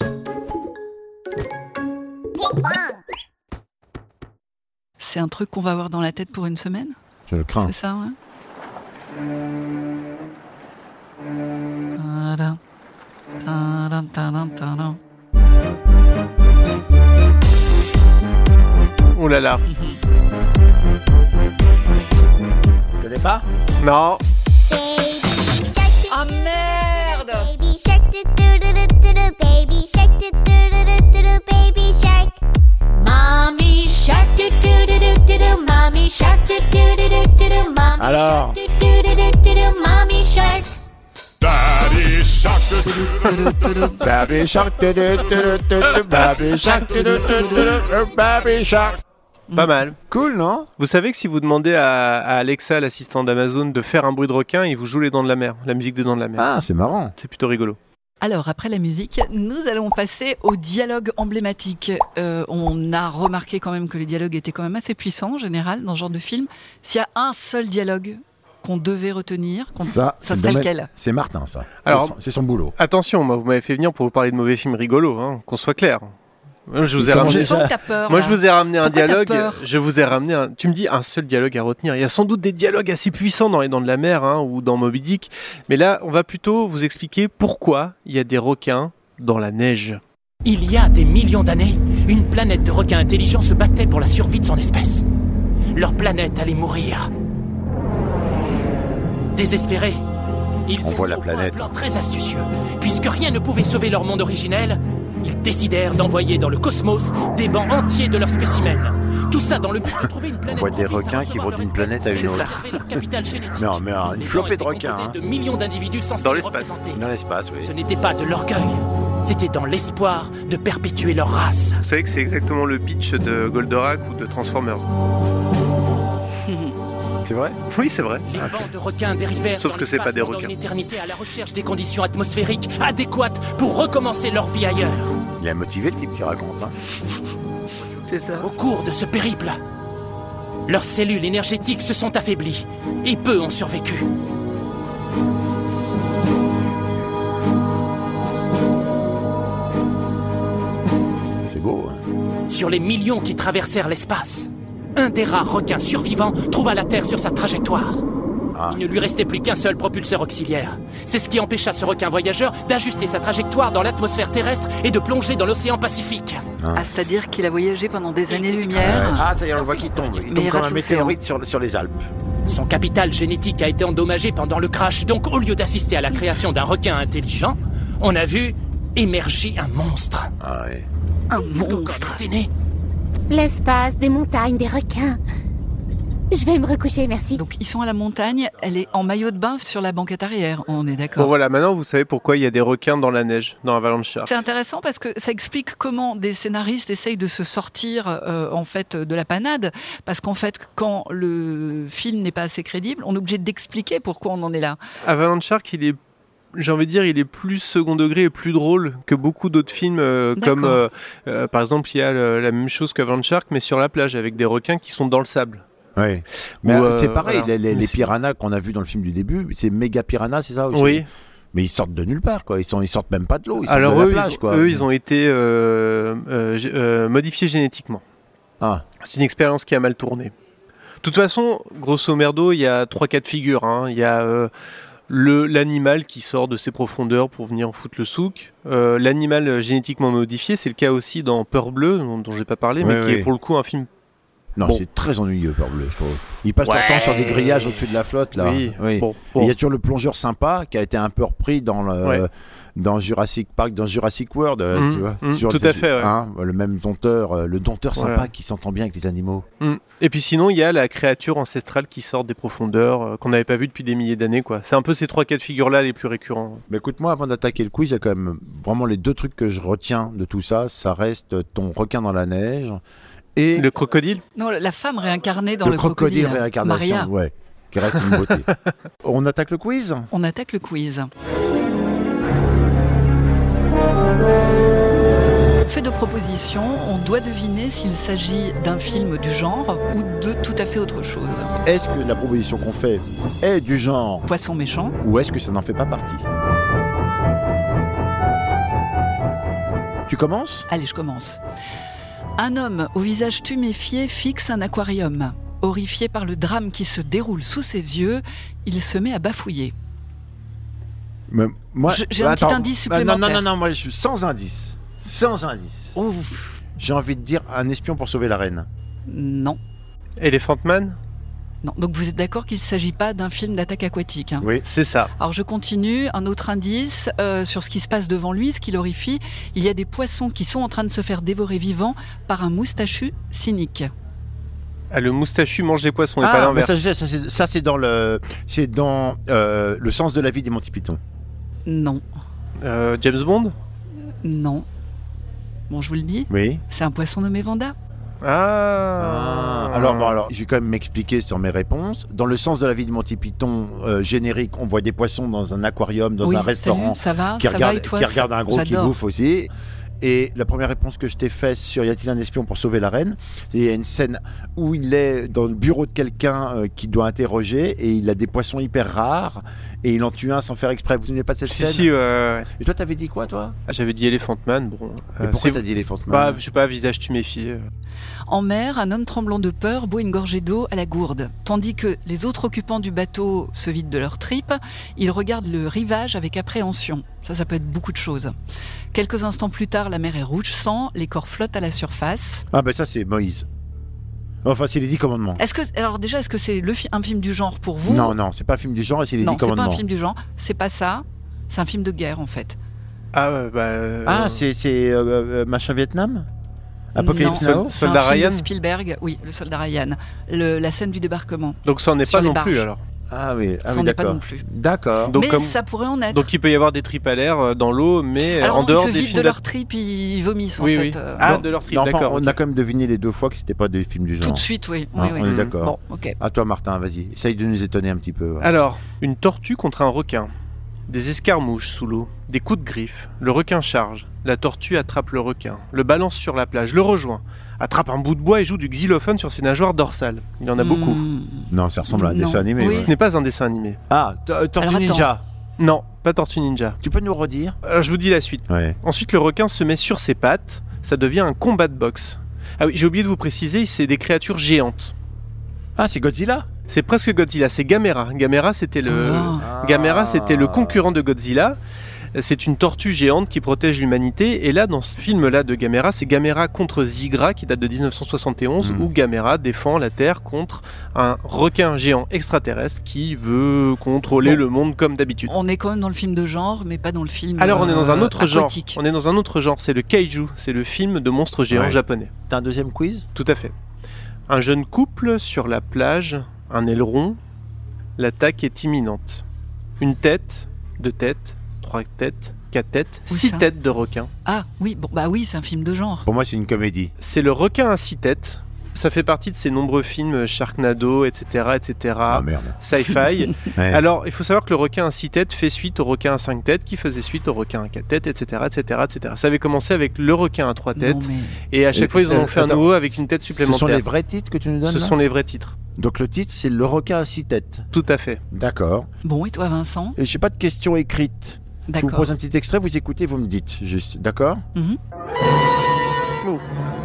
C'est un truc qu'on va avoir dans la tête pour une semaine ? Je le crains. C'est ça, ouais. Ta-da. Ta-da, ta-da, ta-da. Oh là là. Tu connais pas ? Non. Ah merde! Baby shark, do do do do do, baby shark, do do do do do, baby shark. Mommy shark, do do do do do, mommy shark, do do do do do, mommy Alors. shark, do do do do, mommy shark. Daddy shark, baby shark, baby shark, baby shark. Pas mal. Cool, non ? Vous savez que si vous demandez à, à Alexa, l'assistant d'Amazon, de faire un bruit de requin, il vous joue les Dents de la Mer, la musique des Dents de la Mer. Ah, c'est marrant. C'est plutôt rigolo. Alors, après la musique, nous allons passer au dialogue emblématique. Euh, on a remarqué quand même que les dialogues étaient quand même assez puissants, en général, dans ce genre de film. S'il y a un seul dialogue qu'on devait retenir, qu'on... ça, ça serait domaine... lequel ? C'est Martin, ça. Alors, c'est, son, c'est son boulot. Attention, moi, vous m'avez fait venir pour vous parler de mauvais films rigolos, hein, qu'on soit clair. Je vous ai ramené... Je sens que t'as peur. Moi, là. je vous ai ramené Pourquoi un dialogue. Je vous ai ramené un. Tu me dis un seul dialogue à retenir. Il y a sans doute des dialogues assez puissants dans les Dents de la Mer, hein, ou dans Moby Dick. Mais là, on va plutôt vous expliquer pourquoi il y a des requins dans la neige. Il y a des millions d'années, une planète de requins intelligents se battait pour la survie de son espèce. Leur planète allait mourir. Désespérés, ils on ont voit la un planète. plan très astucieux. Puisque rien ne pouvait sauver leur monde originel, ils décidèrent d'envoyer dans le cosmos des bancs entiers de leurs spécimens. Tout ça dans le but de trouver une planète. On voit des requins qui vont d'une planète à une C'est autre. ça. Leur capital génétique. Non, mais une flopée de requins. Hein. De millions d'individus censés Dans l'espace. représenter. Dans l'espace, oui. Ce n'était pas de l'orgueil, C'était dans l'espoir de perpétuer leur race. Vous savez que c'est exactement le pitch de Goldorak ou de Transformers. C'est vrai ? Oui, c'est vrai. Les bancs de requins dérivèrent Sauf dans que c'est pas l'espace des pendant requins. une éternité à la recherche des conditions atmosphériques adéquates pour recommencer leur vie ailleurs. Il a motivé le type qui raconte. Hein. C'est ça. Au cours de ce périple, leurs cellules énergétiques se sont affaiblies et peu ont survécu. C'est beau. Hein. Sur les millions qui traversèrent l'espace, un des rares requins survivants trouva la Terre sur sa trajectoire. Ah. Il ne lui restait plus qu'un seul propulseur auxiliaire. C'est ce qui empêcha ce requin voyageur d'ajuster sa trajectoire dans l'atmosphère terrestre et de plonger dans l'océan Pacifique. Ah. Ah, c'est-à-dire qu'il a voyagé pendant des années-lumière. Ah, ça y est, on le voit qui tombe. Il Mais tombe il comme rate un l'océan. météorite sur, sur les Alpes. Son capital génétique a été endommagé pendant le crash, donc au lieu d'assister à la création d'un requin intelligent, on a vu émerger un monstre. Ah ouais. Un monstre. T'es né. L'espace, des montagnes, des requins. Je vais me recoucher, merci. Donc ils sont à la montagne, elle est en maillot de bain sur la banquette arrière, on est d'accord. Bon voilà, maintenant vous savez pourquoi il y a des requins dans la neige, dans Avalanche Shark. C'est intéressant parce que ça explique comment des scénaristes essayent de se sortir euh, en fait de la panade, parce qu'en fait quand le film n'est pas assez crédible, on est obligé d'expliquer pourquoi on en est là. Avalanche Shark, il est, j'ai envie de dire, il est plus second degré et plus drôle que beaucoup d'autres films, euh, comme euh, euh, par exemple il y a le, la même chose qu'Avalanche Shark, mais sur la plage avec des requins qui sont dans le sable. Ouais. Mais Ou, euh, c'est euh, pareil, voilà. les, les, les C'est- piranhas qu'on a vus dans le film du début, c'est méga piranhas, c'est ça aussi. Oui. Mais ils sortent de nulle part, quoi. Ils, sont, ils sortent même pas de l'eau, ils Alors sortent de eux, la plage, ils ont, quoi. eux, ils ont été euh, euh, gé- euh, modifiés génétiquement. Ah. C'est une expérience qui a mal tourné. De toute façon, grosso merdo, il y a trois cas de figure. Hein. Il y a euh, le, l'animal qui sort de ses profondeurs pour venir foutre le souk. Euh, l'animal génétiquement modifié, c'est le cas aussi dans Peur Bleue, dont, dont j'ai pas parlé, Ouais, mais qui ouais. est pour le coup un film. Non, Bon. c'est très ennuyeux, Peur Bleue, je trouve. Ils passent leur Ouais. temps sur des grillages au-dessus de la flotte, là. Oui, Oui. bon, Et bon. il y a toujours le plongeur sympa qui a été un peu repris dans le, Ouais. dans Jurassic Park, dans Jurassic World, euh, Mmh, tu vois. mmh, Sur tout des- à fait, ouais. hein, le même dompteur, euh, le dompteur sympa Voilà. qui s'entend bien avec les animaux. Mm. Et puis sinon, il y a la créature ancestrale qui sort des profondeurs, euh, qu'on n'avait pas vu depuis des milliers d'années, quoi. C'est un peu ces trois cas de figure-là les plus récurrents. Mais écoute, moi, avant d'attaquer le quiz, il y a quand même vraiment les deux trucs que je retiens de tout ça. Ça reste ton requin dans la neige et Le crocodile Non, la femme réincarnée dans le, le, crocodile crocodile. réincarnation, Maria. ouais, qui reste une beauté. On attaque le quiz ? On attaque le quiz. Fait de propositions, on doit deviner s'il s'agit d'un film du genre ou de tout à fait autre chose. Est-ce que la proposition qu'on fait est du genre Poisson méchant ou est-ce que ça n'en fait pas partie ? Tu commences ? Allez, je commence. Un homme au visage tuméfié fixe un aquarium. Horrifié par le drame qui se déroule sous ses yeux, il se met à bafouiller. Mais moi, Je- j'ai un petit indice Ah, non, non, supplémentaire. non, non, moi je suis sans indice. Sans indice. Ouf. J'ai envie de dire un espion pour sauver la reine. Non. Elephant Man ? Non. Donc vous êtes d'accord qu'il ne s'agit pas d'un film d'attaque aquatique, hein. Oui. C'est ça. Alors je continue, un autre indice euh, sur ce qui se passe devant lui, ce qui l'horrifie. Il y a des poissons qui sont en train de se faire dévorer vivants par un moustachu cynique. Ah, le moustachu mange des poissons et pas Ah, mais l'inverse. ça, ça, ça, c'est- ça, c'est dans le, c'est dans euh, le sens de la vie des Monty Python. Non. Euh, James Bond ? Non. Bon, je vous le dis, Oui. c'est un poisson nommé Vanda. Ah, Alors, bon, alors, je vais quand même m'expliquer sur mes réponses. Dans le sens de la vie de Monty Python euh, générique, on voit des poissons dans un aquarium, dans Oui, un restaurant, salut, ça va, qui ça va regarde, et toi, qui regarde un gros qui j'adore. bouffe aussi. Et la première réponse que je t'ai faite sur Y a-t-il un espion pour sauver la reine, il y a une scène où il est dans le bureau de quelqu'un euh, qui doit interroger et il a des poissons hyper rares et il en tue un sans faire exprès. Vous n'aimez pas cette Si, scène si, ouais, ouais. Et toi, t'avais dit quoi, toi Ah, j'avais dit Elephant Man, bon. Mais euh, pourquoi c'est- t'as dit Elephant Man Bah, je sais pas, visage tuméfié. euh. En mer, un homme tremblant de peur boit une gorgée d'eau à la gourde. Tandis que les autres occupants du bateau se vident de leurs tripes, ils regardent le rivage avec appréhension. Ça, ça peut être beaucoup de choses. Quelques instants plus tard, la mer est rouge sang, les corps flottent à la surface. Ah, ben ça, c'est Moïse. Enfin, c'est les Dix Commandements. Est-ce que, alors déjà, est-ce que c'est le fi- un film du genre pour vous? Non, non, c'est pas un film du genre et c'est les Non, Dix c'est pas Commandements. un film du genre. C'est pas ça. C'est un film de guerre, en fait. Ah, ouais, bah. euh, Ah, c'est, c'est euh, euh, machin Vietnam Apocalypse Non, Now c'est un Soldat film Ryan de Spielberg. Oui, le soldat Ryan. Le- la scène du débarquement. Donc ça en est Sur pas les non plus barges. alors. Ah oui, ah Ça oui n'en est pas d'accord. non plus. D'accord. Donc, mais comme- ça pourrait en être. Donc il peut y avoir des tripes à l'air euh, dans l'eau, mais euh, Alors en non, dehors ils se des vident films de d'a- leur trip, ils vomissent Oui, en oui. fait. euh. Ah, Non. de leur trip, Non, enfin, d'accord. on ok. a quand même deviné les deux fois que c'était pas des films du genre. Tout de suite, oui. oui, Ah, oui. on est d'accord. Bon, ok. À toi, Martin, vas-y. Essaye de nous étonner un petit peu. ouais. Alors, une tortue contre un requin. Des escarmouches sous l'eau, des coups de griffe. Le requin charge. La tortue attrape le requin, le balance sur la plage, le rejoint, attrape un bout de bois et joue du xylophone sur ses nageoires dorsales. Il y en a beaucoup. Hmm. Non, ça ressemble à un Non. dessin animé. Oui. ouais. Ce n'est pas un dessin animé. Ah, T- euh, Tortue Alors, attends. Ninja. Non, pas Tortue Ninja. Tu peux nous redire Alors, je vous dis la suite. Ouais. Ensuite, le requin se met sur ses pattes. Ça devient un combat de boxe. Ah oui, j'ai oublié de vous préciser, c'est des créatures géantes. Ah, c'est Godzilla. C'est presque Godzilla, c'est Gamera. Gamera, c'était le, Ah. Gamera, c'était le concurrent de Godzilla. C'est une tortue géante qui protège l'humanité. Et là, dans ce film-là de Gamera, c'est Gamera contre Zigra, qui date de dix-neuf cent soixante et onze, Mm. où Gamera défend la Terre contre un requin géant extraterrestre qui veut contrôler Bon. le monde comme d'habitude. On est quand même dans le film de genre, mais pas dans le film Alors, on est dans un euh, autre genre. aquatique. On est dans un autre genre. C'est le kaiju. C'est le film de monstres géants Ouais. japonais. T'as un deuxième quiz? Tout à fait. Un jeune couple sur la plage, un aileron, l'attaque est imminente. Une tête, deux têtes, trois têtes, quatre têtes, Où six ça têtes de requin. Ah oui, bon bah oui, c'est un film de genre. Pour moi, c'est une comédie. C'est le requin à six têtes. Ça fait partie de ces nombreux films Sharknado, et cetera, et cetera. Ah merde. Sci-fi. Ouais. Alors, il faut savoir que le requin à six têtes fait suite au requin à cinq têtes, qui faisait suite au requin à quatre têtes, et cetera, et cetera, et cetera. Ça avait commencé avec le requin à trois têtes, Non, mais... et à chaque Et fois, ils en ça- ont fait un attends, nouveau avec une tête supplémentaire. Ce sont les vrais titres que tu nous donnes Ce là sont les vrais titres. Donc le titre, c'est Le requin à six têtes. Tout à fait. D'accord. Bon, et toi Vincent? Et j'ai pas de questions écrites. Je vous D'accord. pose un petit extrait, vous écoutez, vous me dites. Juste, d'accord? Mhm. Oh.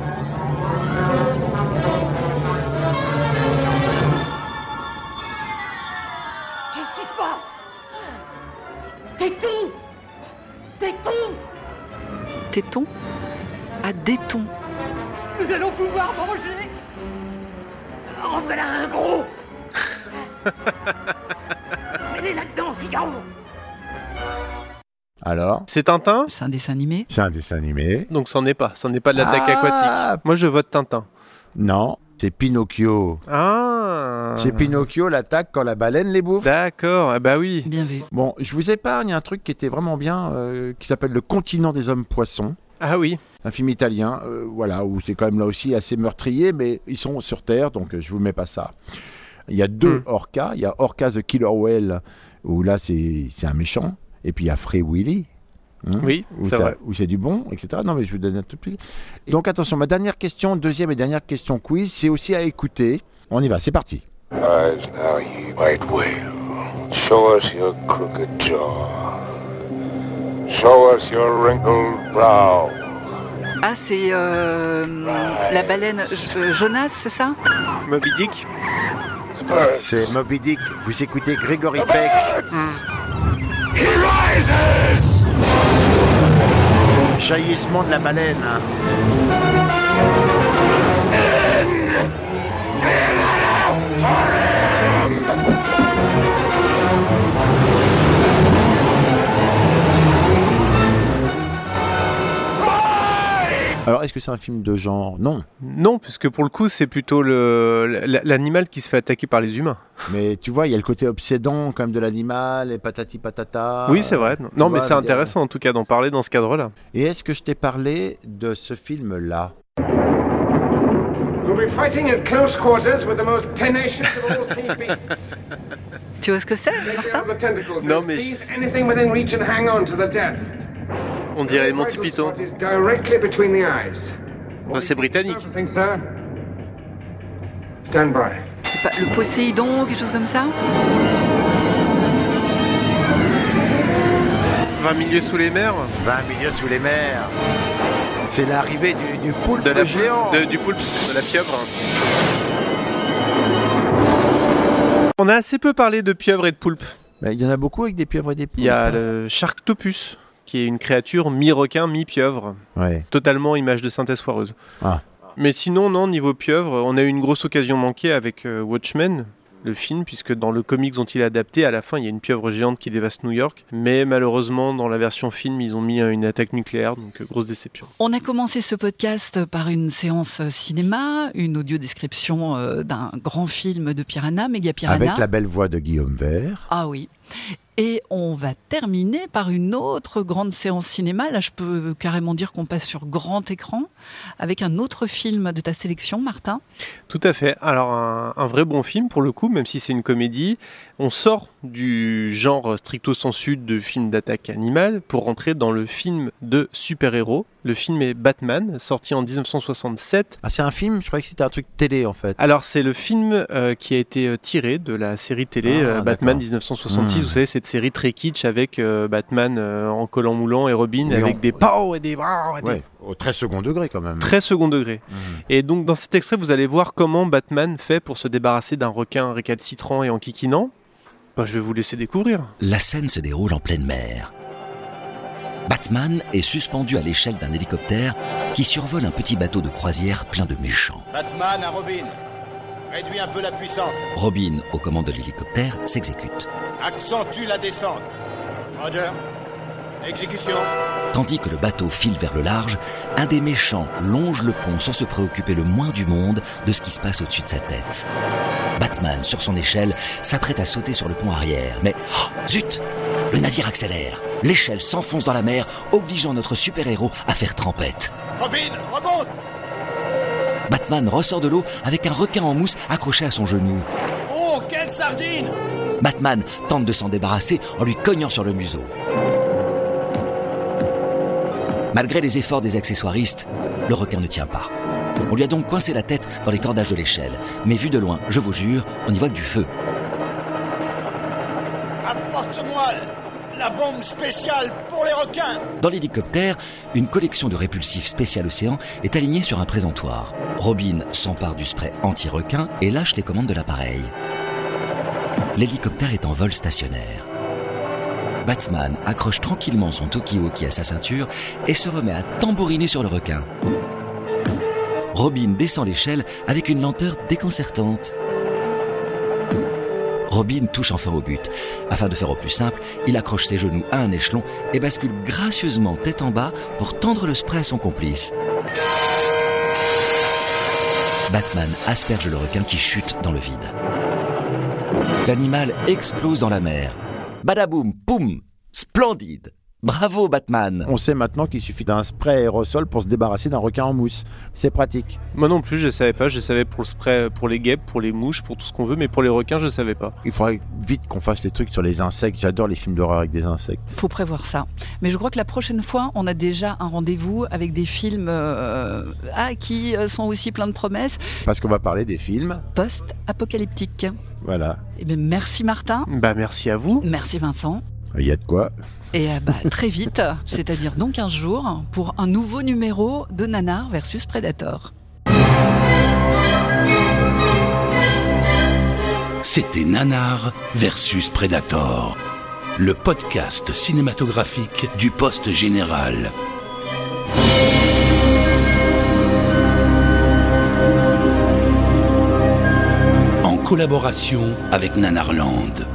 Qu'est-ce qui se passe? Téton! Téton! Téton? Ah, Déton. Nous allons pouvoir manger! En voilà un gros! Mets-les là-dedans, Figaro! Alors? C'est Tintin? C'est un dessin animé? C'est un dessin animé. Donc c'en est pas, c'en est pas de l'attaque Ah. aquatique. Moi je vote Tintin. Non, c'est Pinocchio. Ah. C'est Pinocchio l'attaque quand la baleine les bouffe. D'accord, ah bah oui. Bien vu. Bon, je vous épargne un truc qui était vraiment bien, euh, qui s'appelle Le continent des hommes poissons. Ah oui. Un film italien, euh, voilà, où c'est quand même là aussi assez meurtrier, mais ils sont sur Terre, donc euh, je vous mets pas ça. Il y a deux Mm. orcas. Il y a Orca the Killer Whale, où là c'est c'est un méchant, et puis il y a Free Willy. hein, Oui, où c'est ça- vrai. où c'est du bon, et cetera. Non, mais je vous donne un tout petit. Et donc attention, ma dernière question, deuxième et dernière question quiz, c'est aussi à écouter. On y va, c'est parti. Rise now, ye white whale. Show us your crooked jaw. Show us your wrinkled brow. Ah, c'est euh, la baleine J- euh, Jonas, c'est ça? Moby Dick. C'est Moby Dick. Vous écoutez Grégory Peck. He rises! Jaillissement de la baleine. Alors, est-ce que c'est un film de genre? Non. Non, puisque pour le coup, c'est plutôt le, l- l'animal qui se fait attaquer par les humains. Mais tu vois, il y a le côté obsédant quand même de l'animal, et patati patata. oui, c'est vrai. Tu Non, mais vois, c'est le- intéressant en tout cas d'en parler dans ce cadre-là. Et est-ce que je t'ai parlé de ce film-là? We'll be fighting at close quarters with the most tenacious of all sea beasts. Tu vois ce que c'est, Martin? The tentacles Non, will mais seize anything within reach and hang on to the death. On dirait The Monty vital Python. spot is directly between the eyes. Bah, c'est britannique. Surfacing, sir. Stand by. C'est pas le Poséidon ou quelque chose comme ça? vingt milieux sous les mers. vingt milieux sous les mers. C'est l'arrivée du, du poulpe De la géant. de- du poulpe, de la pieuvre. On a assez peu parlé de pieuvre et de poulpe. Ben, il y en a beaucoup avec des pieuvres et des poulpes. Il y a le Sharktopus, qui est une créature mi-requin, mi-pieuvre. Ouais. Totalement image de synthèse foireuse. Ah. Mais sinon, non, niveau pieuvre, on a eu une grosse occasion manquée avec euh, Watchmen. le film, puisque dans le comics dont il est adapté, à la fin, il y a une pieuvre géante qui dévaste New York. Mais malheureusement, dans la version film, ils ont mis une attaque nucléaire, donc euh, grosse déception. On a commencé ce podcast par une séance cinéma, une audio-description euh, d'un grand film de Piranha, Méga Piranha. Avec la belle voix de Guillaume Vert. Ah oui. Et on va terminer par une autre grande séance cinéma. Là, je peux carrément dire qu'on passe sur grand écran avec un autre film de ta sélection, Martin. Tout à fait. Alors, un, un vrai bon film, pour le coup, même si c'est une comédie. On sort du genre stricto sensu de film d'attaque animale pour rentrer dans le film de super-héros. Le film est Batman, sorti en dix-neuf cent soixante-sept. Ah, c'est un film ? Je croyais que c'était un truc télé, en fait. Alors, c'est le film euh, qui a été tiré de la série télé ah, euh, Batman dix-neuf cent soixante-six. Mmh. Vous savez, cette série très kitsch avec euh, Batman euh, en collant moulant et Robin oui, avec on... des pow et des... Oh, et des... Ouais, au très second degré, quand même. Très second degré. Mmh. Et donc, dans cet extrait, vous allez voir comment Batman fait pour se débarrasser d'un requin récalcitrant et enquiquinant. Ben, je vais vous laisser découvrir. La scène se déroule en pleine mer. Batman est suspendu à l'échelle d'un hélicoptère qui survole un petit bateau de croisière plein de méchants. Batman à Robin. Réduis un peu la puissance. Robin, aux commandes de l'hélicoptère, s'exécute. Accentue la descente. Roger. Exécution. Tandis que le bateau file vers le large, un des méchants longe le pont sans se préoccuper le moins du monde de ce qui se passe au-dessus de sa tête. Batman, sur son échelle, s'apprête à sauter sur le pont arrière. Mais, oh, zut! Le navire accélère. L'échelle s'enfonce dans la mer, obligeant notre super-héros à faire trempette. Robin, remonte! Batman ressort de l'eau avec un requin en mousse accroché à son genou. Oh, quelle sardine! Batman tente de s'en débarrasser en lui cognant sur le museau. Malgré les efforts des accessoiristes, le requin ne tient pas. On lui a donc coincé la tête dans les cordages de l'échelle. Mais vu de loin, je vous jure, on y voit que du feu. Apporte-moi la bombe spéciale pour les requins! Dans l'hélicoptère, une collection de répulsifs spécial océan est alignée sur un présentoir. Robin s'empare du spray anti-requin et lâche les commandes de l'appareil. L'hélicoptère est en vol stationnaire. Batman accroche tranquillement son Tokiwoki à sa ceinture et se remet à tambouriner sur le requin. Robin descend l'échelle avec une lenteur déconcertante. Robin touche enfin au but. Afin de faire au plus simple, il accroche ses genoux à un échelon et bascule gracieusement tête en bas pour tendre le spray à son complice. Batman asperge le requin qui chute dans le vide. L'animal explose dans la mer. Badaboum, poum, splendide. Bravo Batman. On sait maintenant qu'il suffit d'un spray aérosol pour se débarrasser d'un requin en mousse. C'est pratique. Moi non plus, je ne savais pas. Je savais pour le spray, pour les guêpes, pour les mouches, pour tout ce qu'on veut, mais pour les requins, je ne savais pas. Il faudrait vite qu'on fasse des trucs sur les insectes. J'adore les films d'horreur avec des insectes. Il faut prévoir ça. Mais je crois que la prochaine fois, on a déjà un rendez-vous avec des films euh, ah, qui sont aussi pleins de promesses. Parce qu'on va parler des films post-apocalyptiques. Voilà. Et bien, merci Martin. Bah merci à vous. Merci Vincent. Il y a de quoi. Et bah, très vite, c'est-à-dire dans quinze jours, pour un nouveau numéro de Nanar versus Predator. C'était Nanar versus Predator, le podcast cinématographique du Poste Général. En collaboration avec Nanarland.